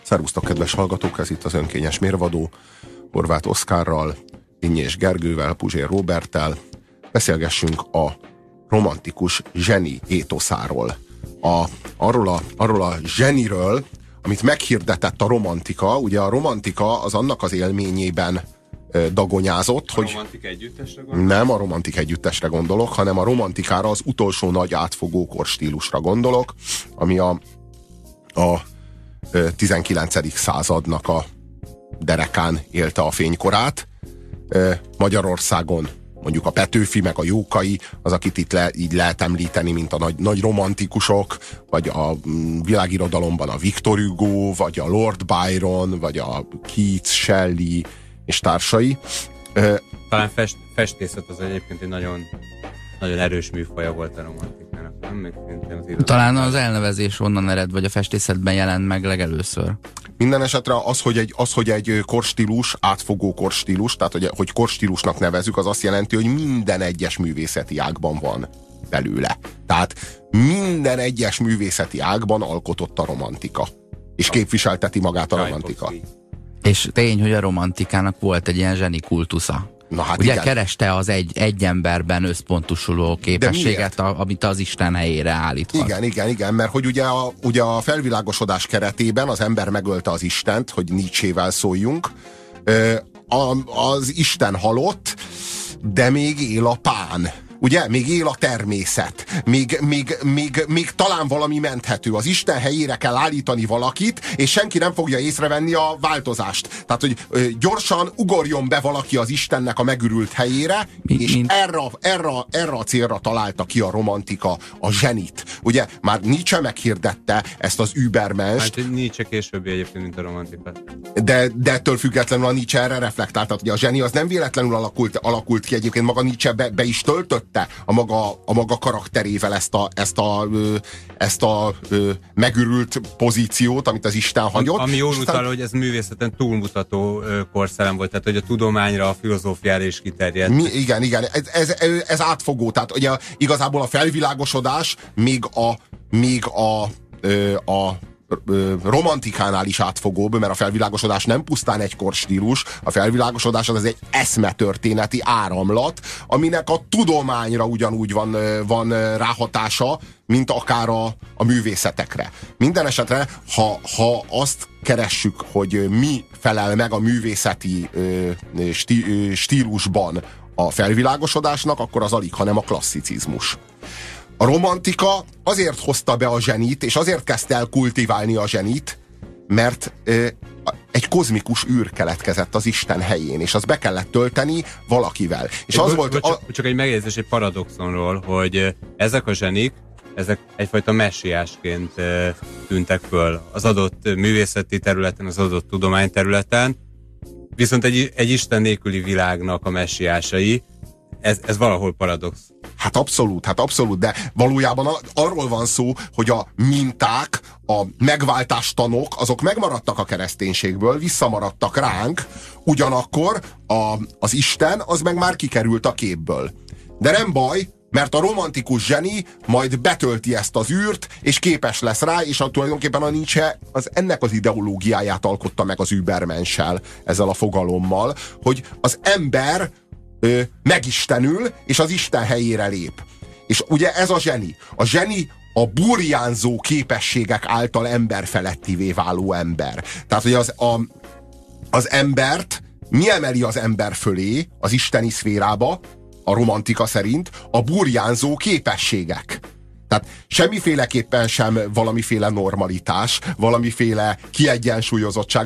Szervusztok, kedves hallgatók, ez itt az Önkényes Mérvadó, Horváth Oszkárral, Innyés Gergővel, Puzsér Róberttel. Beszélgessünk a romantikus zseni étoszáról. Arról a zseniről, amit meghirdetett a romantika. Ugye a romantika az annak az élményében dagonyázott, hogy... romantik együttesre gondolok? Nem a romantik együttesre gondolok, hanem a romantikára, az utolsó nagy átfogó korstílusra gondolok, ami a 19. századnak a derekán élte a fénykorát. Magyarországon mondjuk a Petőfi, meg a Jókai, az, akit itt így lehet említeni, mint a nagy romantikusok, vagy a világirodalomban a Victor Hugo, vagy a Lord Byron, vagy a Keats, Shelley és társai. Talán festészet az egyébként egy nagyon, nagyon erős műfaja volt a romantikának. Talán az elnevezés onnan ered, vagy a festészetben jelent meg legelőször. Minden esetre az, hogy egy korstílus, átfogó korstílus, tehát hogy korstílusnak nevezzük, az azt jelenti, hogy minden egyes művészeti ágban van belőle. Tehát minden egyes művészeti ágban alkotott a romantika. És képviselteti magát a romantika. És tény, hogy a romantikának volt egy ilyen zseni kultusza. Na, hát ugye igen. Kereste az egy emberben összpontosuló képességet, amit az Isten helyére állíthat. Igen, mert hogy ugye a felvilágosodás keretében az ember megölte az Istent, hogy Nietzsével szóljunk. Az Isten halott, de még él a pán. Ugye? Még él a természet. Még talán valami menthető. Az Isten helyére kell állítani valakit, és senki nem fogja észrevenni a változást. Tehát, hogy gyorsan ugorjon be valaki az Istennek a megürült helyére, és erre a célra találta ki a romantika a zsenit. Ugye? Már Nietzsche meghirdette ezt az Übermenst. Hát Nietzsche későbbi egyébként, mint a romantika. De ettől függetlenül a Nietzsche erre reflektál. Tehát, hogy a zseni az nem véletlenül alakult ki egyébként. Maga Nietzsche be is töltött a maga karakterével ezt a megürült pozíciót, amit az Isten hagyott. Ami jól utal, hogy ez művészeten túlmutató korszellem volt, tehát hogy a tudományra, a filozófiára is kiterjedt. Igen. Ez átfogó. Tehát ugye igazából a felvilágosodás még a romantikánál is átfogóbb, mert a felvilágosodás nem pusztán egy korstílus, a felvilágosodás az egy eszmetörténeti áramlat, aminek a tudományra ugyanúgy van ráhatása, mint akár a művészetekre. Minden esetre, ha azt keressük, hogy mi felel meg a művészeti stílusban a felvilágosodásnak, akkor az alig, hanem a klasszicizmus. A romantika azért hozta be a zsenit, és azért kezdte el kultiválni a zsenit, mert egy kozmikus űr keletkezett az Isten helyén, és azt be kellett tölteni valakivel. És az volt... Csak egy megjegyzés egy paradoxonról, hogy ezek a zsenik, ezek egyfajta messiásként tűntek föl az adott művészeti területen, az adott tudományterületen, viszont egy Isten nélküli világnak a messiásai, ez valahol paradox. Hát abszolút, de valójában arról van szó, hogy a minták, a megváltástanok, azok megmaradtak a kereszténységből, visszamaradtak ránk, ugyanakkor az Isten, az meg már kikerült a képből. De nem baj, mert a romantikus zseni majd betölti ezt az űrt, és képes lesz rá, és tulajdonképpen a Nietzsche ennek az ideológiáját alkotta meg az Übermenssel, ezzel a fogalommal, hogy az ember megistenül, és az Isten helyére lép. És ugye ez a zseni. A zseni a burjánzó képességek által emberfelettivé váló ember. Tehát, hogy az embert mi emeli az ember fölé, az isteni szférába, a romantika szerint, a burjánzó képességek. Tehát semmiféleképpen sem valamiféle normalitás, valamiféle kiegyensúlyozottság,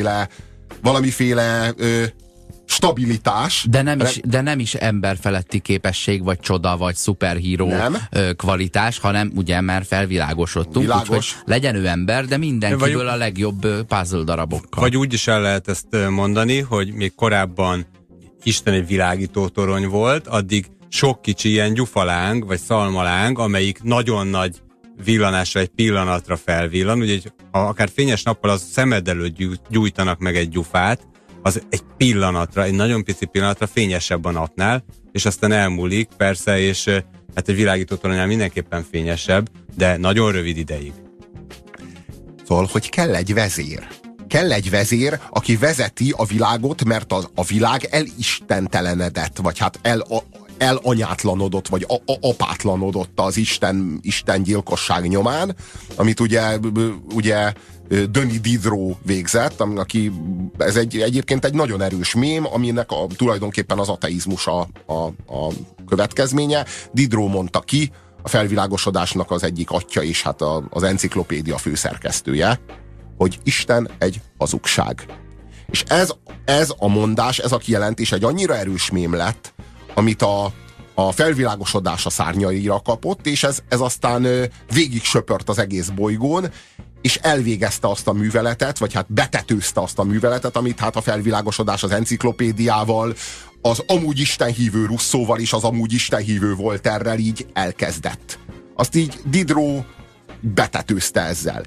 valamiféle stabilitás. De nem is emberfeletti képesség, vagy csoda, vagy szuperhíró kvalitás, hanem ugye már felvilágosodtunk, úgyhogy legyen ő ember, de mindenkiből a legjobb puzzle darabokkal. Vagy úgy is el lehet ezt mondani, hogy még korábban Isten egy világító torony volt, addig sok kicsi ilyen gyufaláng, vagy szalmaláng, amelyik nagyon nagy villanásra, egy pillanatra felvillan, ugye ha akár fényes nappal az szemed előtt gyújtanak meg egy gyufát, az egy pillanatra, egy nagyon pici pillanatra fényesebb a napnál, és aztán elmúlik, persze, és hát egy világító toronynál mindenképpen fényesebb, de nagyon rövid ideig. Szóval, hogy kell egy vezér. Kell egy vezér, aki vezeti a világot, mert a világ elistentelenedett, vagy hát elanyátlanodott, vagy apátlanodott az Isten gyilkosság nyomán, amit ugye Denis Diderot végzett, ez egyébként egy nagyon erős mém, aminek tulajdonképpen az ateizmus a következménye. Diderot mondta ki, a felvilágosodásnak az egyik atya, és hát az enciklopédia főszerkesztője, hogy Isten egy hazugság. És ez a mondás, ez a kijelentés egy annyira erős mém lett, amit a felvilágosodás a szárnyaira kapott, és ez aztán végig söpört az egész bolygón, és elvégezte azt a műveletet, vagy hát betetőzte azt a műveletet, amit hát a felvilágosodás az enciklopédiával, az amúgy istenhívő Rousseauval és az amúgy istenhívő Voltaire-rel így elkezdett. Azt így Diderot betetőzte ezzel.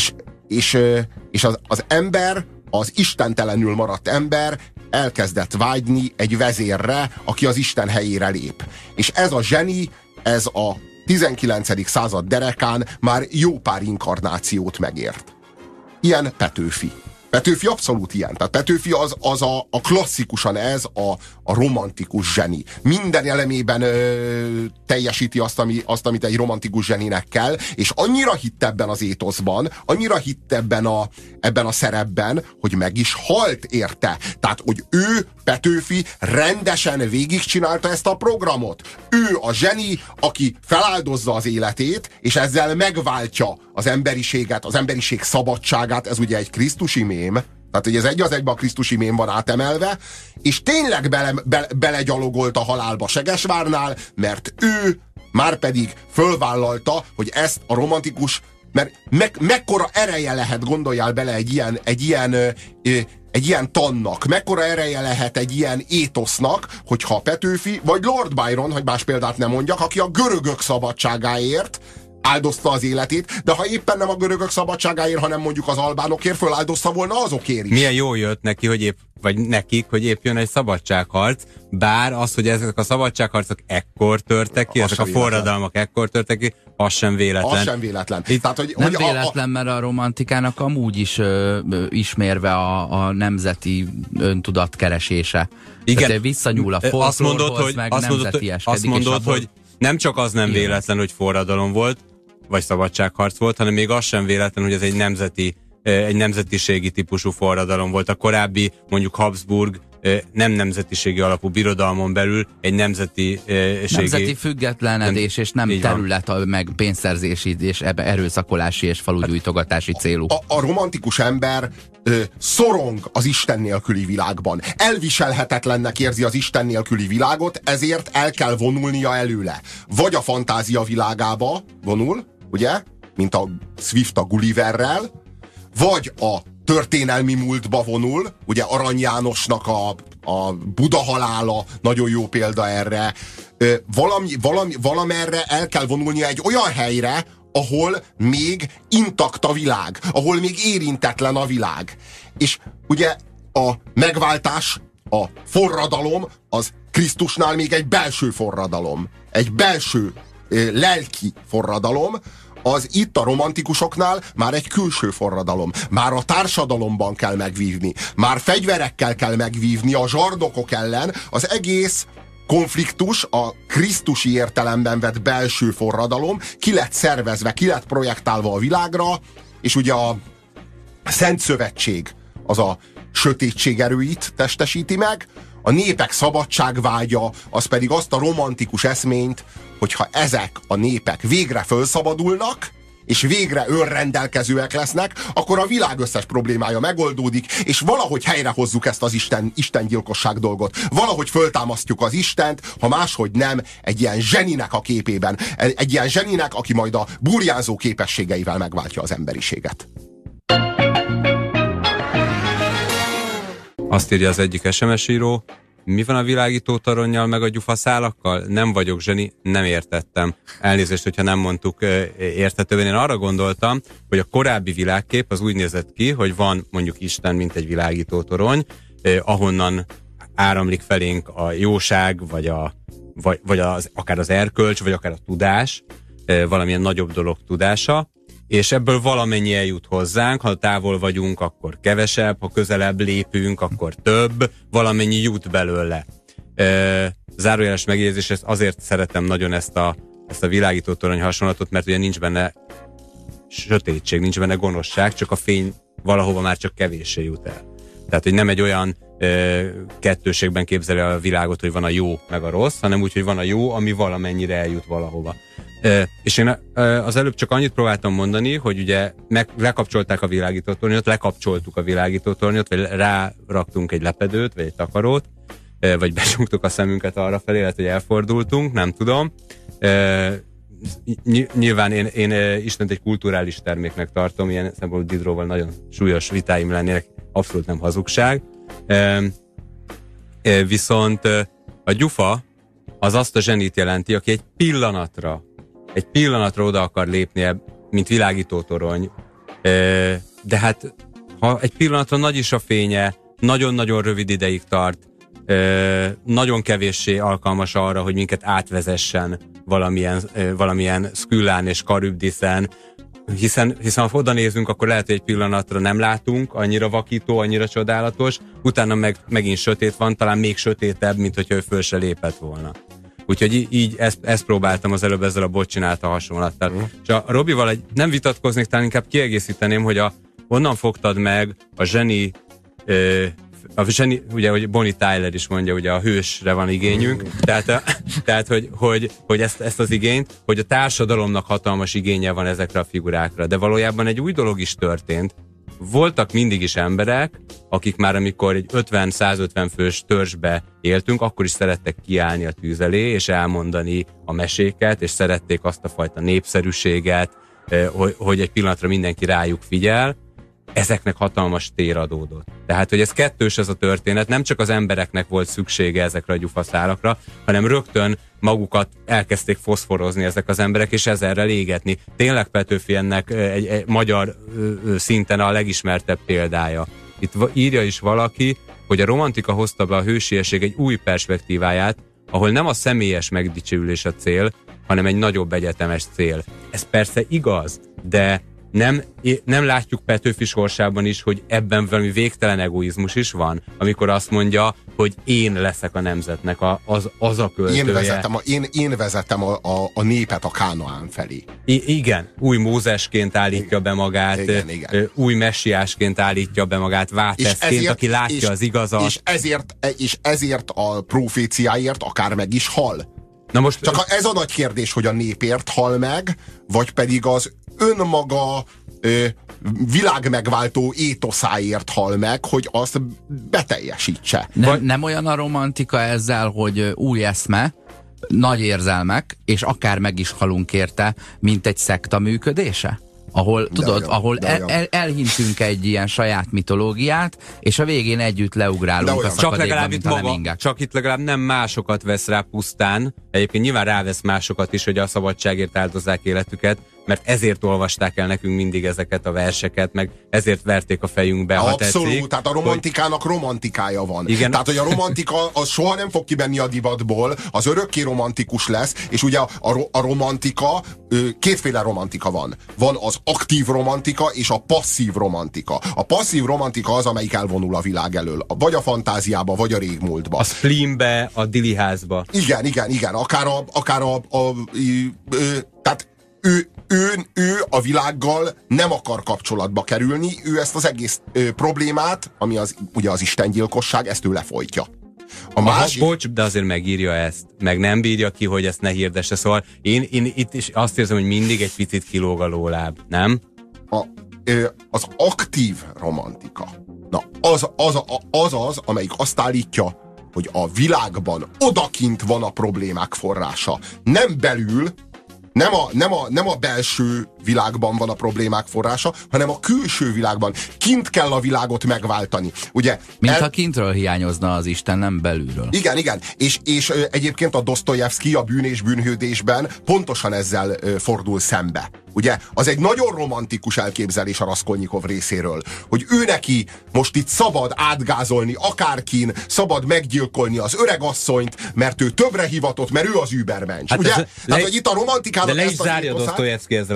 És az ember, az istentelenül maradt ember elkezdett vágyni egy vezérre, aki az Isten helyére lép. És ez a zseni, ez a 19. század derekán már jó pár inkarnációt megért. Ilyen Petőfi. Petőfi abszolút ilyen. Tehát Petőfi az a klasszikusan ez a romantikus zseni. Minden elemében teljesíti azt, amit egy romantikus zseninek kell, és annyira hitt ebben az étoszban, annyira hitt ebben a szerepben, hogy meg is halt érte. Tehát, hogy ő, Petőfi rendesen végigcsinálta ezt a programot. Ő a zseni, aki feláldozza az életét, és ezzel megváltja az emberiséget, az emberiség szabadságát. Ez ugye egy krisztusi mém, tehát hogy ez egy az egyben a krisztusi mém van átemelve, és tényleg belegyalogolt a halálba Segesvárnál, mert ő márpedig fölvállalta, hogy ezt a romantikus, mert mekkora ereje lehet, gondoljál bele egy ilyen tannak, mekkora ereje lehet egy ilyen étosznak, hogyha Petőfi, vagy Lord Byron, hogy más példát nem mondjak, aki a görögök szabadságáért áldozta az életét, de ha éppen nem a görögök szabadságáért, hanem mondjuk az albánokért, föláldozta volna azokért is. Milyen jól jött neki, vagy nekik, hogy épp jön egy szabadságharc, bár az, hogy ezek a szabadságharcok ekkor törtek ki, ezek a forradalmak ekkor törtek ki, az sem véletlen. Az sem véletlen. Tehát, hogy véletlen, mert a romantikának amúgy is ismérve a nemzeti öntudat keresése. Igen. Tehát visszanyúl a folklórhoz, meg nemzetieskedik. Azt mondod, hogy nem csak az nem véletlen, hogy forradalom volt, vagy szabadságharc volt, hanem még az sem véletlen, hogy ez egy nemzetiségi típusú forradalom volt. A korábbi, mondjuk Habsburg nem nemzetiségi alapú birodalmon belül egy nemzeti függetlenedés, és nem terület, meg pénzszerzési és erőszakolási és falugyújtogatási célú. A romantikus ember szorong az Isten nélküli világban. Elviselhetetlennek érzi az Isten nélküli világot, ezért el kell vonulnia előle. Vagy a fantázia világába vonul, ugye, mint a Swift a Gulliverrel, vagy a történelmi múltba vonul, ugye Arany Jánosnak a Buda halála nagyon jó példa erre. Valamerre el kell vonulnia egy olyan helyre, ahol még intakt a világ, ahol még érintetlen a világ. És ugye a megváltás, a forradalom, az Krisztusnál még egy belső forradalom. Egy belső lelki forradalom, az itt a romantikusoknál már egy külső forradalom. Már a társadalomban kell megvívni. Már fegyverekkel kell megvívni a zsardokok ellen. Az egész konfliktus, a krisztusi értelemben vett belső forradalom ki lett szervezve, ki lett projektálva a világra, és ugye a Szent Szövetség az a sötétség erőit testesíti meg, a népek szabadságvágya, az pedig azt a romantikus eszményt, hogyha ezek a népek végre felszabadulnak, és végre önrendelkezőek lesznek, akkor a világ összes problémája megoldódik, és valahogy helyrehozzuk ezt az istengyilkosság dolgot. Valahogy föltámasztjuk az Istent, ha máshogy nem, egy ilyen zseninek a képében. Egy ilyen zseninek, aki majd a burjánzó képességeivel megváltja az emberiséget. Azt írja az egyik SMS író, mi van a világító toronnyal meg a gyufaszálakkal? Nem vagyok zseni, nem értettem. Elnézést, hogyha nem mondtuk érthetően. Én arra gondoltam, hogy a korábbi világkép az úgy nézett ki, hogy van mondjuk Isten, mint egy világító torony, ahonnan áramlik felénk a jóság, vagy akár az erkölcs, vagy akár a tudás, valamilyen nagyobb dolog tudása, és ebből valamennyi eljut hozzánk, ha távol vagyunk, akkor kevesebb, ha közelebb lépünk, akkor több, valamennyi jut belőle. Zárójeles megjegyzés, azért szeretem nagyon ezt a világító torony hasonlatot, mert ugye nincs benne sötétség, nincs benne gonoszság, csak a fény valahova már csak kevéssé jut el. Tehát, hogy nem egy olyan kettőségben képzeli a világot, hogy van a jó meg a rossz, hanem úgy, hogy van a jó, ami valamennyire eljut valahova. És én az előbb csak annyit próbáltam mondani, hogy ugye lekapcsolták a világítótornyot, lekapcsoltuk a világítótornyot, vagy ráraktunk egy lepedőt, vagy egy takarót, vagy becsuktuk a szemünket arra felé, lehet, hogy elfordultunk, nem tudom. Nyilván én Istent egy kulturális terméknek tartom, ilyen szempontból Diderotval nagyon súlyos vitáim lennének, abszolút nem hazugság. Viszont a gyufa az azt a zsenit jelenti, aki egy pillanatra oda akar lépni, mint világítótorony. De hát, ha egy pillanatra nagy is a fénye, nagyon-nagyon rövid ideig tart, nagyon kevéssé alkalmas arra, hogy minket átvezessen valamilyen Skyllán és Charybdisen, hiszen ha oda nézünk, akkor lehet, hogy egy pillanatra nem látunk, annyira vakító, annyira csodálatos, utána megint sötét van, talán még sötétebb, mint hogyha ő föl se lépett volna. Úgyhogy így ezt próbáltam az előbb ezzel a bot csinálta hasonlattal. És a Robival nem vitatkoznék, talán inkább kiegészíteném, hogy honnan fogtad meg a zseni, ugye, hogy Bonnie Tyler is mondja, ugye a hősre van igényünk, tehát hogy ezt az igényt, hogy a társadalomnak hatalmas igénye van ezekre a figurákra, de valójában egy új dolog is történt. Voltak mindig is emberek, akik már amikor egy 50-150 fős törzsbe éltünk, akkor is szerettek kiállni a tűz elé, és elmondani a meséket, és szerették azt a fajta népszerűséget, hogy egy pillanatra mindenki rájuk figyel. Ezeknek hatalmas tér adódott. Tehát, hogy ez kettős ez a történet, nem csak az embereknek volt szüksége ezekre a gyufaszálakra, hanem rögtön magukat elkezdték foszforozni ezek az emberek, és ezerrel égetni. Tényleg Petőfi ennek egy magyar szinten a legismertebb példája. Itt írja is valaki, hogy a romantika hozta be a hősiesség egy új perspektíváját, ahol nem a személyes megdicsőülés a cél, hanem egy nagyobb egyetemes cél. Ez persze igaz, de nem látjuk Petőfi sorsában is, hogy ebben valami végtelen egoizmus is van, amikor azt mondja, hogy én leszek a nemzetnek az a költője. Én vezetem a népet a Kánaán felé. Igen, új Mózesként állítja be magát, igen. Új messiásként állítja be magát, Váteszként, aki látja az igazat. És ezért a proféciáért akár meg is hal. Na most, csak ez a nagy kérdés, hogy a népért hal meg, vagy pedig az önmaga világmegváltó étoszáért hal meg, hogy azt beteljesítse. Nem olyan a romantika ezzel, hogy új eszme, nagy érzelmek, és akár meg is halunk érte, mint egy szekta működése? Ahol, elhintünk egy ilyen saját mitológiát, és a végén együtt leugrálunk a szakadékba, mint a lemingek. Csak itt legalább nem másokat vesz rá pusztán, egyébként nyilván rávesz másokat is, hogy a szabadságért áldozzák életüket, mert ezért olvasták el nekünk mindig ezeket a verseket, meg ezért verték a fejünkbe, ha abszolút, tetszik. Tehát a romantikának romantikája van. Igen. Tehát, hogy a romantika az soha nem fog kibenni a divatból, az örökké romantikus lesz, és ugye a romantika, kétféle romantika van. Van az aktív romantika és a passzív romantika. A passzív romantika az, amelyik elvonul a világ elől. Vagy a fantáziába, vagy a régmúltba. A spleenbe, a diliházba. Igen. Tehát ő a világgal nem akar kapcsolatba kerülni, ő ezt az egész problémát, ami ugye az istengyilkosság, ezt ő lefolytja. Bocs, de azért megírja ezt, meg nem bírja ki, hogy ezt ne hirdesse, szóval én itt is azt érzem, hogy mindig egy picit kilóg a lóláb, nem? Az aktív romantika, na az, amelyik azt állítja, hogy a világban odakint van a problémák forrása, nem belül, nem a belső világban van a problémák forrása, hanem a külső világban. Kint kell a világot megváltani. Ugye, mintha kintről hiányozna az Isten, nem belülről. Igen. És egyébként a Dosztojevszky a Bűn és bűnhődésben pontosan ezzel fordul szembe. Ugye, az egy nagyon romantikus elképzelés a Raskolnikov részéről, hogy ő neki most itt szabad átgázolni akárkin, szabad meggyilkolni az öregasszonyt, mert ő többre hivatott, mert ő az übermensch. Hát ugye? Tehát, hogy itt a romantikának de le is zárja Dosztojevszky ezzel a romantikával.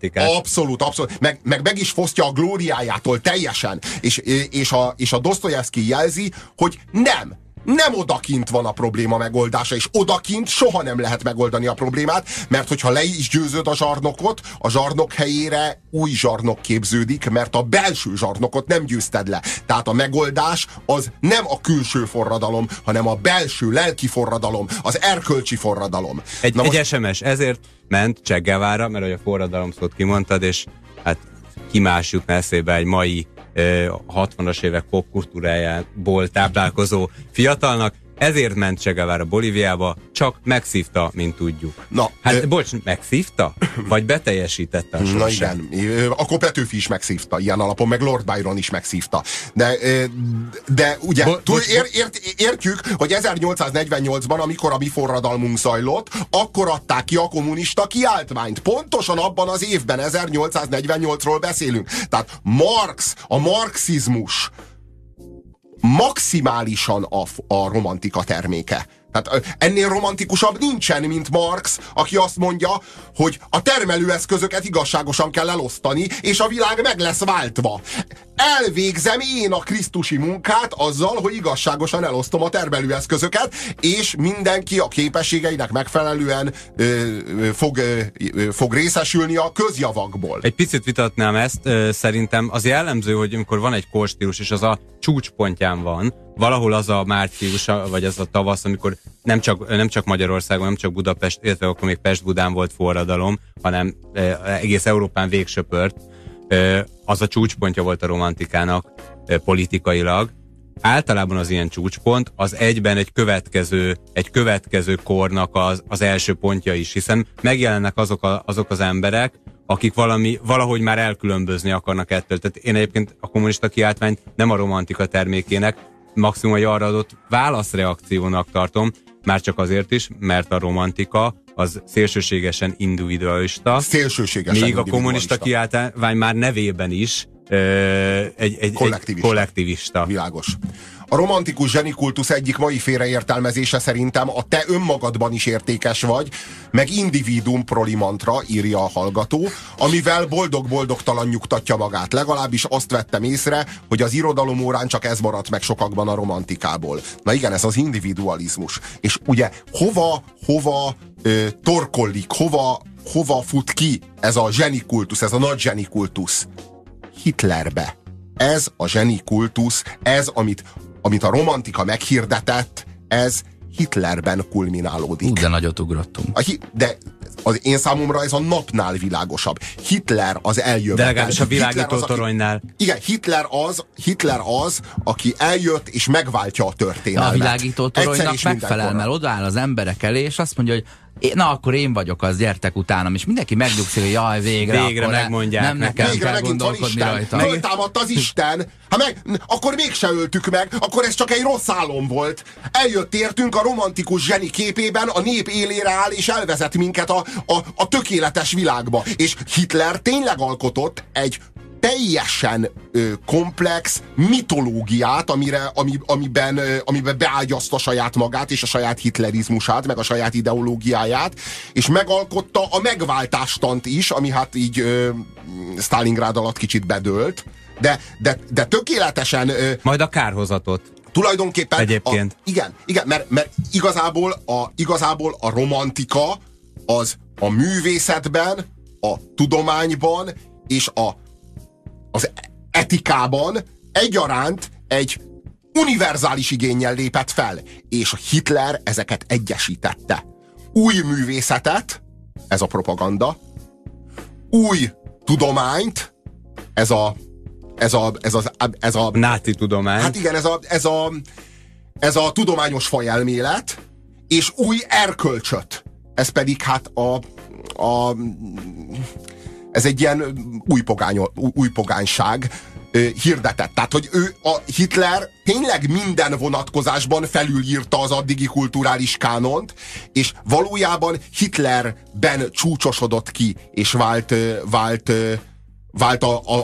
romantikát. Abszolút. Meg is fosztja a glóriájától teljesen. És a Dosztojevszkij jelzi, hogy nem odakint van a probléma megoldása, és odakint soha nem lehet megoldani a problémát, mert hogyha le is győzöd a zsarnokot, a zsarnok helyére új zsarnok képződik, mert a belső zsarnokot nem győzted le. Tehát a megoldás az nem a külső forradalom, hanem a belső lelki forradalom, az erkölcsi forradalom. Egy SMS, ezért ment Che Guevara, mert hogy a forradalom szót kimondtad, és hát ki más jutna eszébe egy mai 60-as évek popkultúrájából táplálkozó fiatalnak, ezért ment Che Guevara Bolíviába, csak megszívta, mint tudjuk. Bocs, megszívta? Vagy beteljesítette a sorsát? Na igen, akkor Petőfi is megszívta, ilyen alapon, meg Lord Byron is megszívta. De ugye értjük, hogy 1848-ban, amikor a mi forradalmunk zajlott, akkor adták ki a kommunista kiáltványt. Pontosan abban az évben, 1848-ról beszélünk. Tehát a marxizmus maximálisan a romantika terméke. Tehát ennél romantikusabb nincsen, mint Marx, aki azt mondja, hogy a termelőeszközöket igazságosan kell elosztani, és a világ meg lesz váltva. Elvégzem én a krisztusi munkát azzal, hogy igazságosan elosztom a termelőeszközöket, és mindenki a képességeinek megfelelően fog részesülni a közjavakból. Egy picit vitatnám ezt, szerintem az jellemző, hogy amikor van egy korstílus, és az a csúcspontján van, valahol az a március, vagy az a tavasz, amikor nem csak Magyarországon, nem csak Budapest, illetve akkor még Pest-Budán volt forradalom, hanem egész Európán végsöpört, az a csúcspontja volt a romantikának politikailag. Általában az ilyen csúcspont az egyben egy következő kornak az első pontja is, hiszen megjelennek azok az emberek, akik valahogy már elkülönbözni akarnak ettől. Tehát én egyébként a kommunista kiáltványt nem a romantika termékének, maximum egy arra adott válaszreakciónak tartom, már csak azért is, mert a romantika az szélsőségesen individualista, míg a kommunista kiáltvány már nevében is egy kollektivista. Világos. A romantikus zsenikultusz egyik mai félreértelmezése szerintem a te önmagadban is értékes vagy, meg individuum proli mantra, írja a hallgató, amivel boldog-boldogtalan nyugtatja magát. Legalábbis azt vettem észre, hogy az irodalom órán csak ez maradt meg sokakban a romantikából. Na igen, ez az individualizmus. És ugye hova torkollik, hova fut ki ez a zsenikultusz, ez a nagy zsenikultusz? Hitlerbe. Ez a zsenikultusz, ez, amit a romantika meghirdetett, ez Hitlerben kulminálódik. De nagyot ugrottunk. De az én számomra ez a napnál világosabb. Hitler az eljövetel. De legalábbis a világító toronynál. Igen, Hitler az, aki eljött és megváltja a történelmet. A világító toronynak megfelel, mert odaáll az emberek elé, és azt mondja, hogy na, akkor én vagyok az, gyertek utánam, és mindenki megnyugszik, hogy jaj, végre megmondják. Nem nekem végre kell gondolkodni rajta. Föltámadt az Isten. Akkor mégsem öltük meg, akkor ez csak egy rossz álom volt. Eljött értünk a romantikus zseni képében, a nép élére áll, és elvezet minket a tökéletes világba. És Hitler tényleg alkotott egy teljesen komplex mitológiát, amiben beágyazta saját magát és a saját hitlerizmusát, meg a saját ideológiáját, és megalkotta a megváltástant is, ami hát így Sztálingrád alatt kicsit bedőlt, de tökéletesen... Majd a kárhozatot. Tulajdonképpen... Egyébként. Igen, mert igazából a romantika az a művészetben, a tudományban és az etikában egyaránt egy univerzális igénnyel lépett fel, és Hitler ezeket egyesítette. Új művészetet, ez a propaganda, új tudományt, ez a náci tudomány. Hát igen, ez a tudományos fajelmélet, és új erkölcsöt. Ez pedig hát ez egy ilyen új pogányság hirdetett. Tehát, hogy Hitler tényleg minden vonatkozásban felülírta az addigi kulturális kánont, és valójában Hitlerben csúcsosodott ki, és vált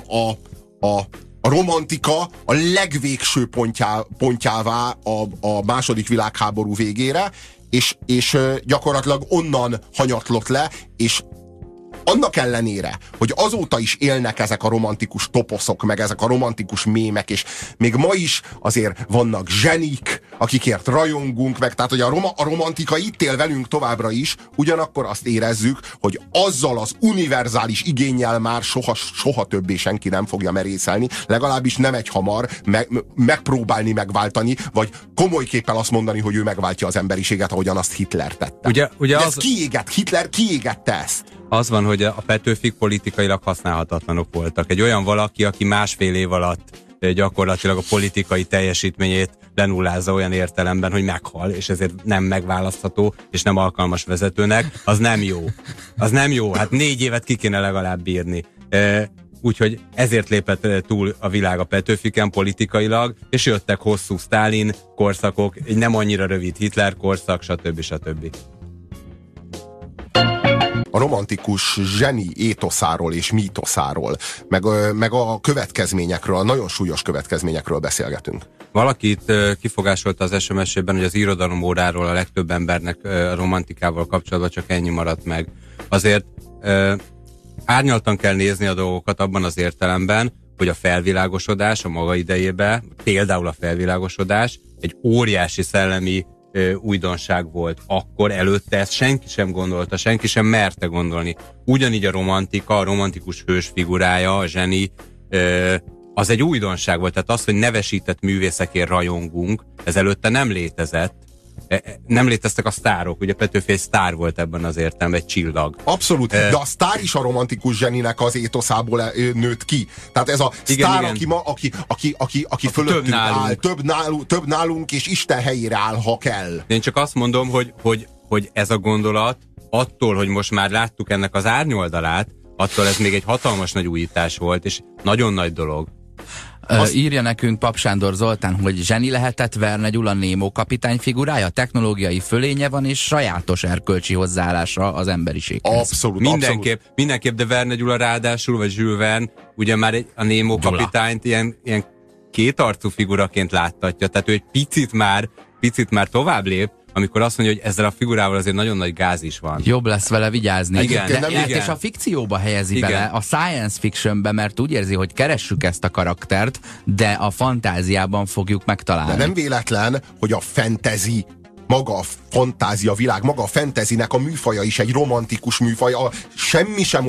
a romantika a legvégső pontjává a második világháború végére, és gyakorlatilag onnan hanyatlott le, és annak ellenére, hogy azóta is élnek ezek a romantikus toposzok, meg ezek a romantikus mémek, és még ma is azért vannak zsenik, akikért rajongunk, meg tehát, hogy a romantika itt él velünk továbbra is, ugyanakkor azt érezzük, hogy azzal az univerzális igénnyel már soha többé senki nem fogja merészelni, legalábbis nem egyhamar megpróbálni megváltani, vagy komolyképpen azt mondani, hogy ő megváltja az emberiséget, ahogyan azt Hitler tette. Ugye ez Hitler kiégette ezt. Az van, hogy a Petőfik politikailag használhatatlanok voltak. Egy olyan valaki, aki másfél év alatt gyakorlatilag a politikai teljesítményét lenullázza olyan értelemben, hogy meghal, és ezért nem megválasztható, és nem alkalmas vezetőnek, az nem jó. Az nem jó, hát 4 évet ki kéne legalább bírni. Úgyhogy ezért lépett túl a világ a Petőfiken politikailag, és jöttek hosszú Sztálin korszakok, egy nem annyira rövid Hitler korszak, stb. A romantikus zseni étoszáról és mítoszáról, meg a következményekről, a nagyon súlyos következményekről beszélgetünk. Valakit kifogásolta az SMS-ében, hogy az irodalom óráról a legtöbb embernek a romantikával kapcsolatban csak ennyi maradt meg. Azért árnyaltan kell nézni a dolgokat abban az értelemben, hogy a felvilágosodás a maga idejében, például a felvilágosodás egy óriási szellemi újdonság volt. Akkor előtte ezt senki sem gondolta, senki sem merte gondolni. Ugyanígy a romantika, a romantikus hős figurája, a zseni, az egy újdonság volt. Tehát az, hogy nevesített művészekért rajongunk, ez előtte nem létezett. Nem léteztek a sztárok, ugye Petőfi egy sztár volt ebben az értelemben, egy csillag. Abszolút, de a sztár is a romantikus zseninek az étoszából nőtt ki. Tehát ez a sztár, igen. Aki ma, aki fölöttünk áll, több nálunk, és Isten helyére áll, ha kell. Én csak azt mondom, hogy ez a gondolat, attól, hogy most már láttuk ennek az árnyoldalát, attól ez még egy hatalmas nagy újítás volt, és nagyon nagy dolog. Írja nekünk Pap Sándor Zoltán, hogy zseni lehetett Verne Gyula Némó kapitány figurája, technológiai fölénye van, és sajátos erkölcsi hozzáállása az emberiséghez. Abszolút, mindenképp, de Verne Gyula ráadásul, vagy Jules Verne, ugye már a Némó kapitányt ilyen kétarcú figuraként láttatja, tehát ő egy picit már tovább lép, amikor azt mondja, hogy ezzel a figurával azért nagyon nagy gáz is van. Jobb lesz vele vigyázni. Igen. És a fikcióba helyezi bele, a science fictionbe, mert úgy érzi, hogy keressük ezt a karaktert, de a fantáziában fogjuk megtalálni. De nem véletlen, hogy a fantasy, maga a fantázia világ, maga a fantasynek a műfaja is egy romantikus műfaj. Semmi sem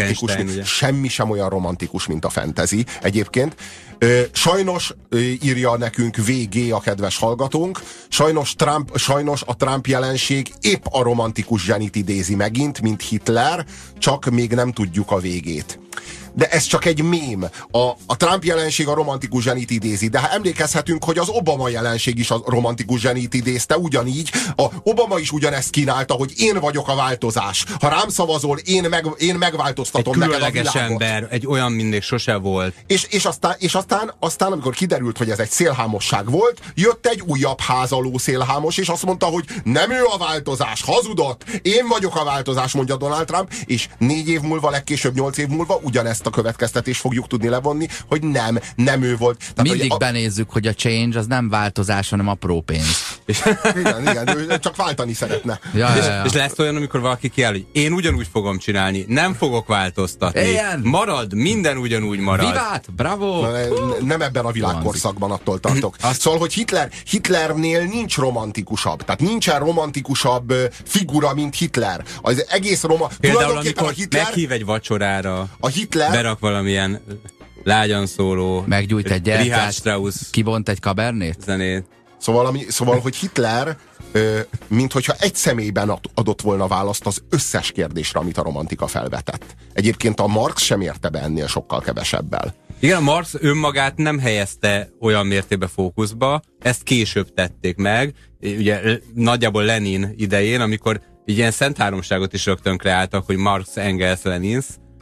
olyan romantikus, mint a fantasy egyébként. Sajnos, írja nekünk VG, a kedves hallgatónk, sajnos a Trump jelenség épp a romantikus zsenit idézi megint, mint Hitler, csak még nem tudjuk a végét. De ez csak egy mém. A Trump jelenség a romantikus zsenit idézi, de emlékezhetünk, hogy az Obama jelenség is a romantikus zsenit idézte, ugyanígy. Obama is ugyanezt kínálta, hogy én vagyok a változás. Ha rám szavazol, én megváltoztatom neked a világot. Ember, egy olyan mindig sose volt. És aztán, amikor kiderült, hogy ez egy szélhámosság volt, jött egy újabb házaló szélhámos, és azt mondta, hogy nem ő a változás, hazudott, én vagyok a változás, mondja Donald Trump, és 4 év múlva, legkésőbb 8 év múlva ugyanezt a következtetést fogjuk tudni levonni, hogy nem ő volt. Tehát, mindig benézzük, hogy a change az nem változás, hanem apró pénz. Igen, ő csak váltani szeretne. És lesz olyan, amikor valaki kiáll, hogy én ugyanúgy fogom csinálni, nem fogok változtatni. Marad, minden ugyanúgy marad. Vivát, bravo! Nem ebben a világkorszakban, attól tartok. Szóval, hogy Hitlernél nincs romantikusabb. Tehát nincsen romantikusabb figura, mint Hitler. Az egész például amikor meghív egy vacsorára, a Hitler berak valamilyen lágyan szóló, meggyújt egy gyertyát, kibont egy kabernét zenét. Szóval, hogy Hitler minthogyha egy személyben adott volna választ az összes kérdésre, amit a romantika felvetett. Egyébként a Marx sem érte be ennél sokkal kevesebbel. Igen, a Marx önmagát nem helyezte olyan mértékben fókuszba, ezt később tették meg, ugye nagyjából Lenin idején, amikor ilyen szent háromságot is rögtön kreáltak, hogy Marx, Engels, Lenin.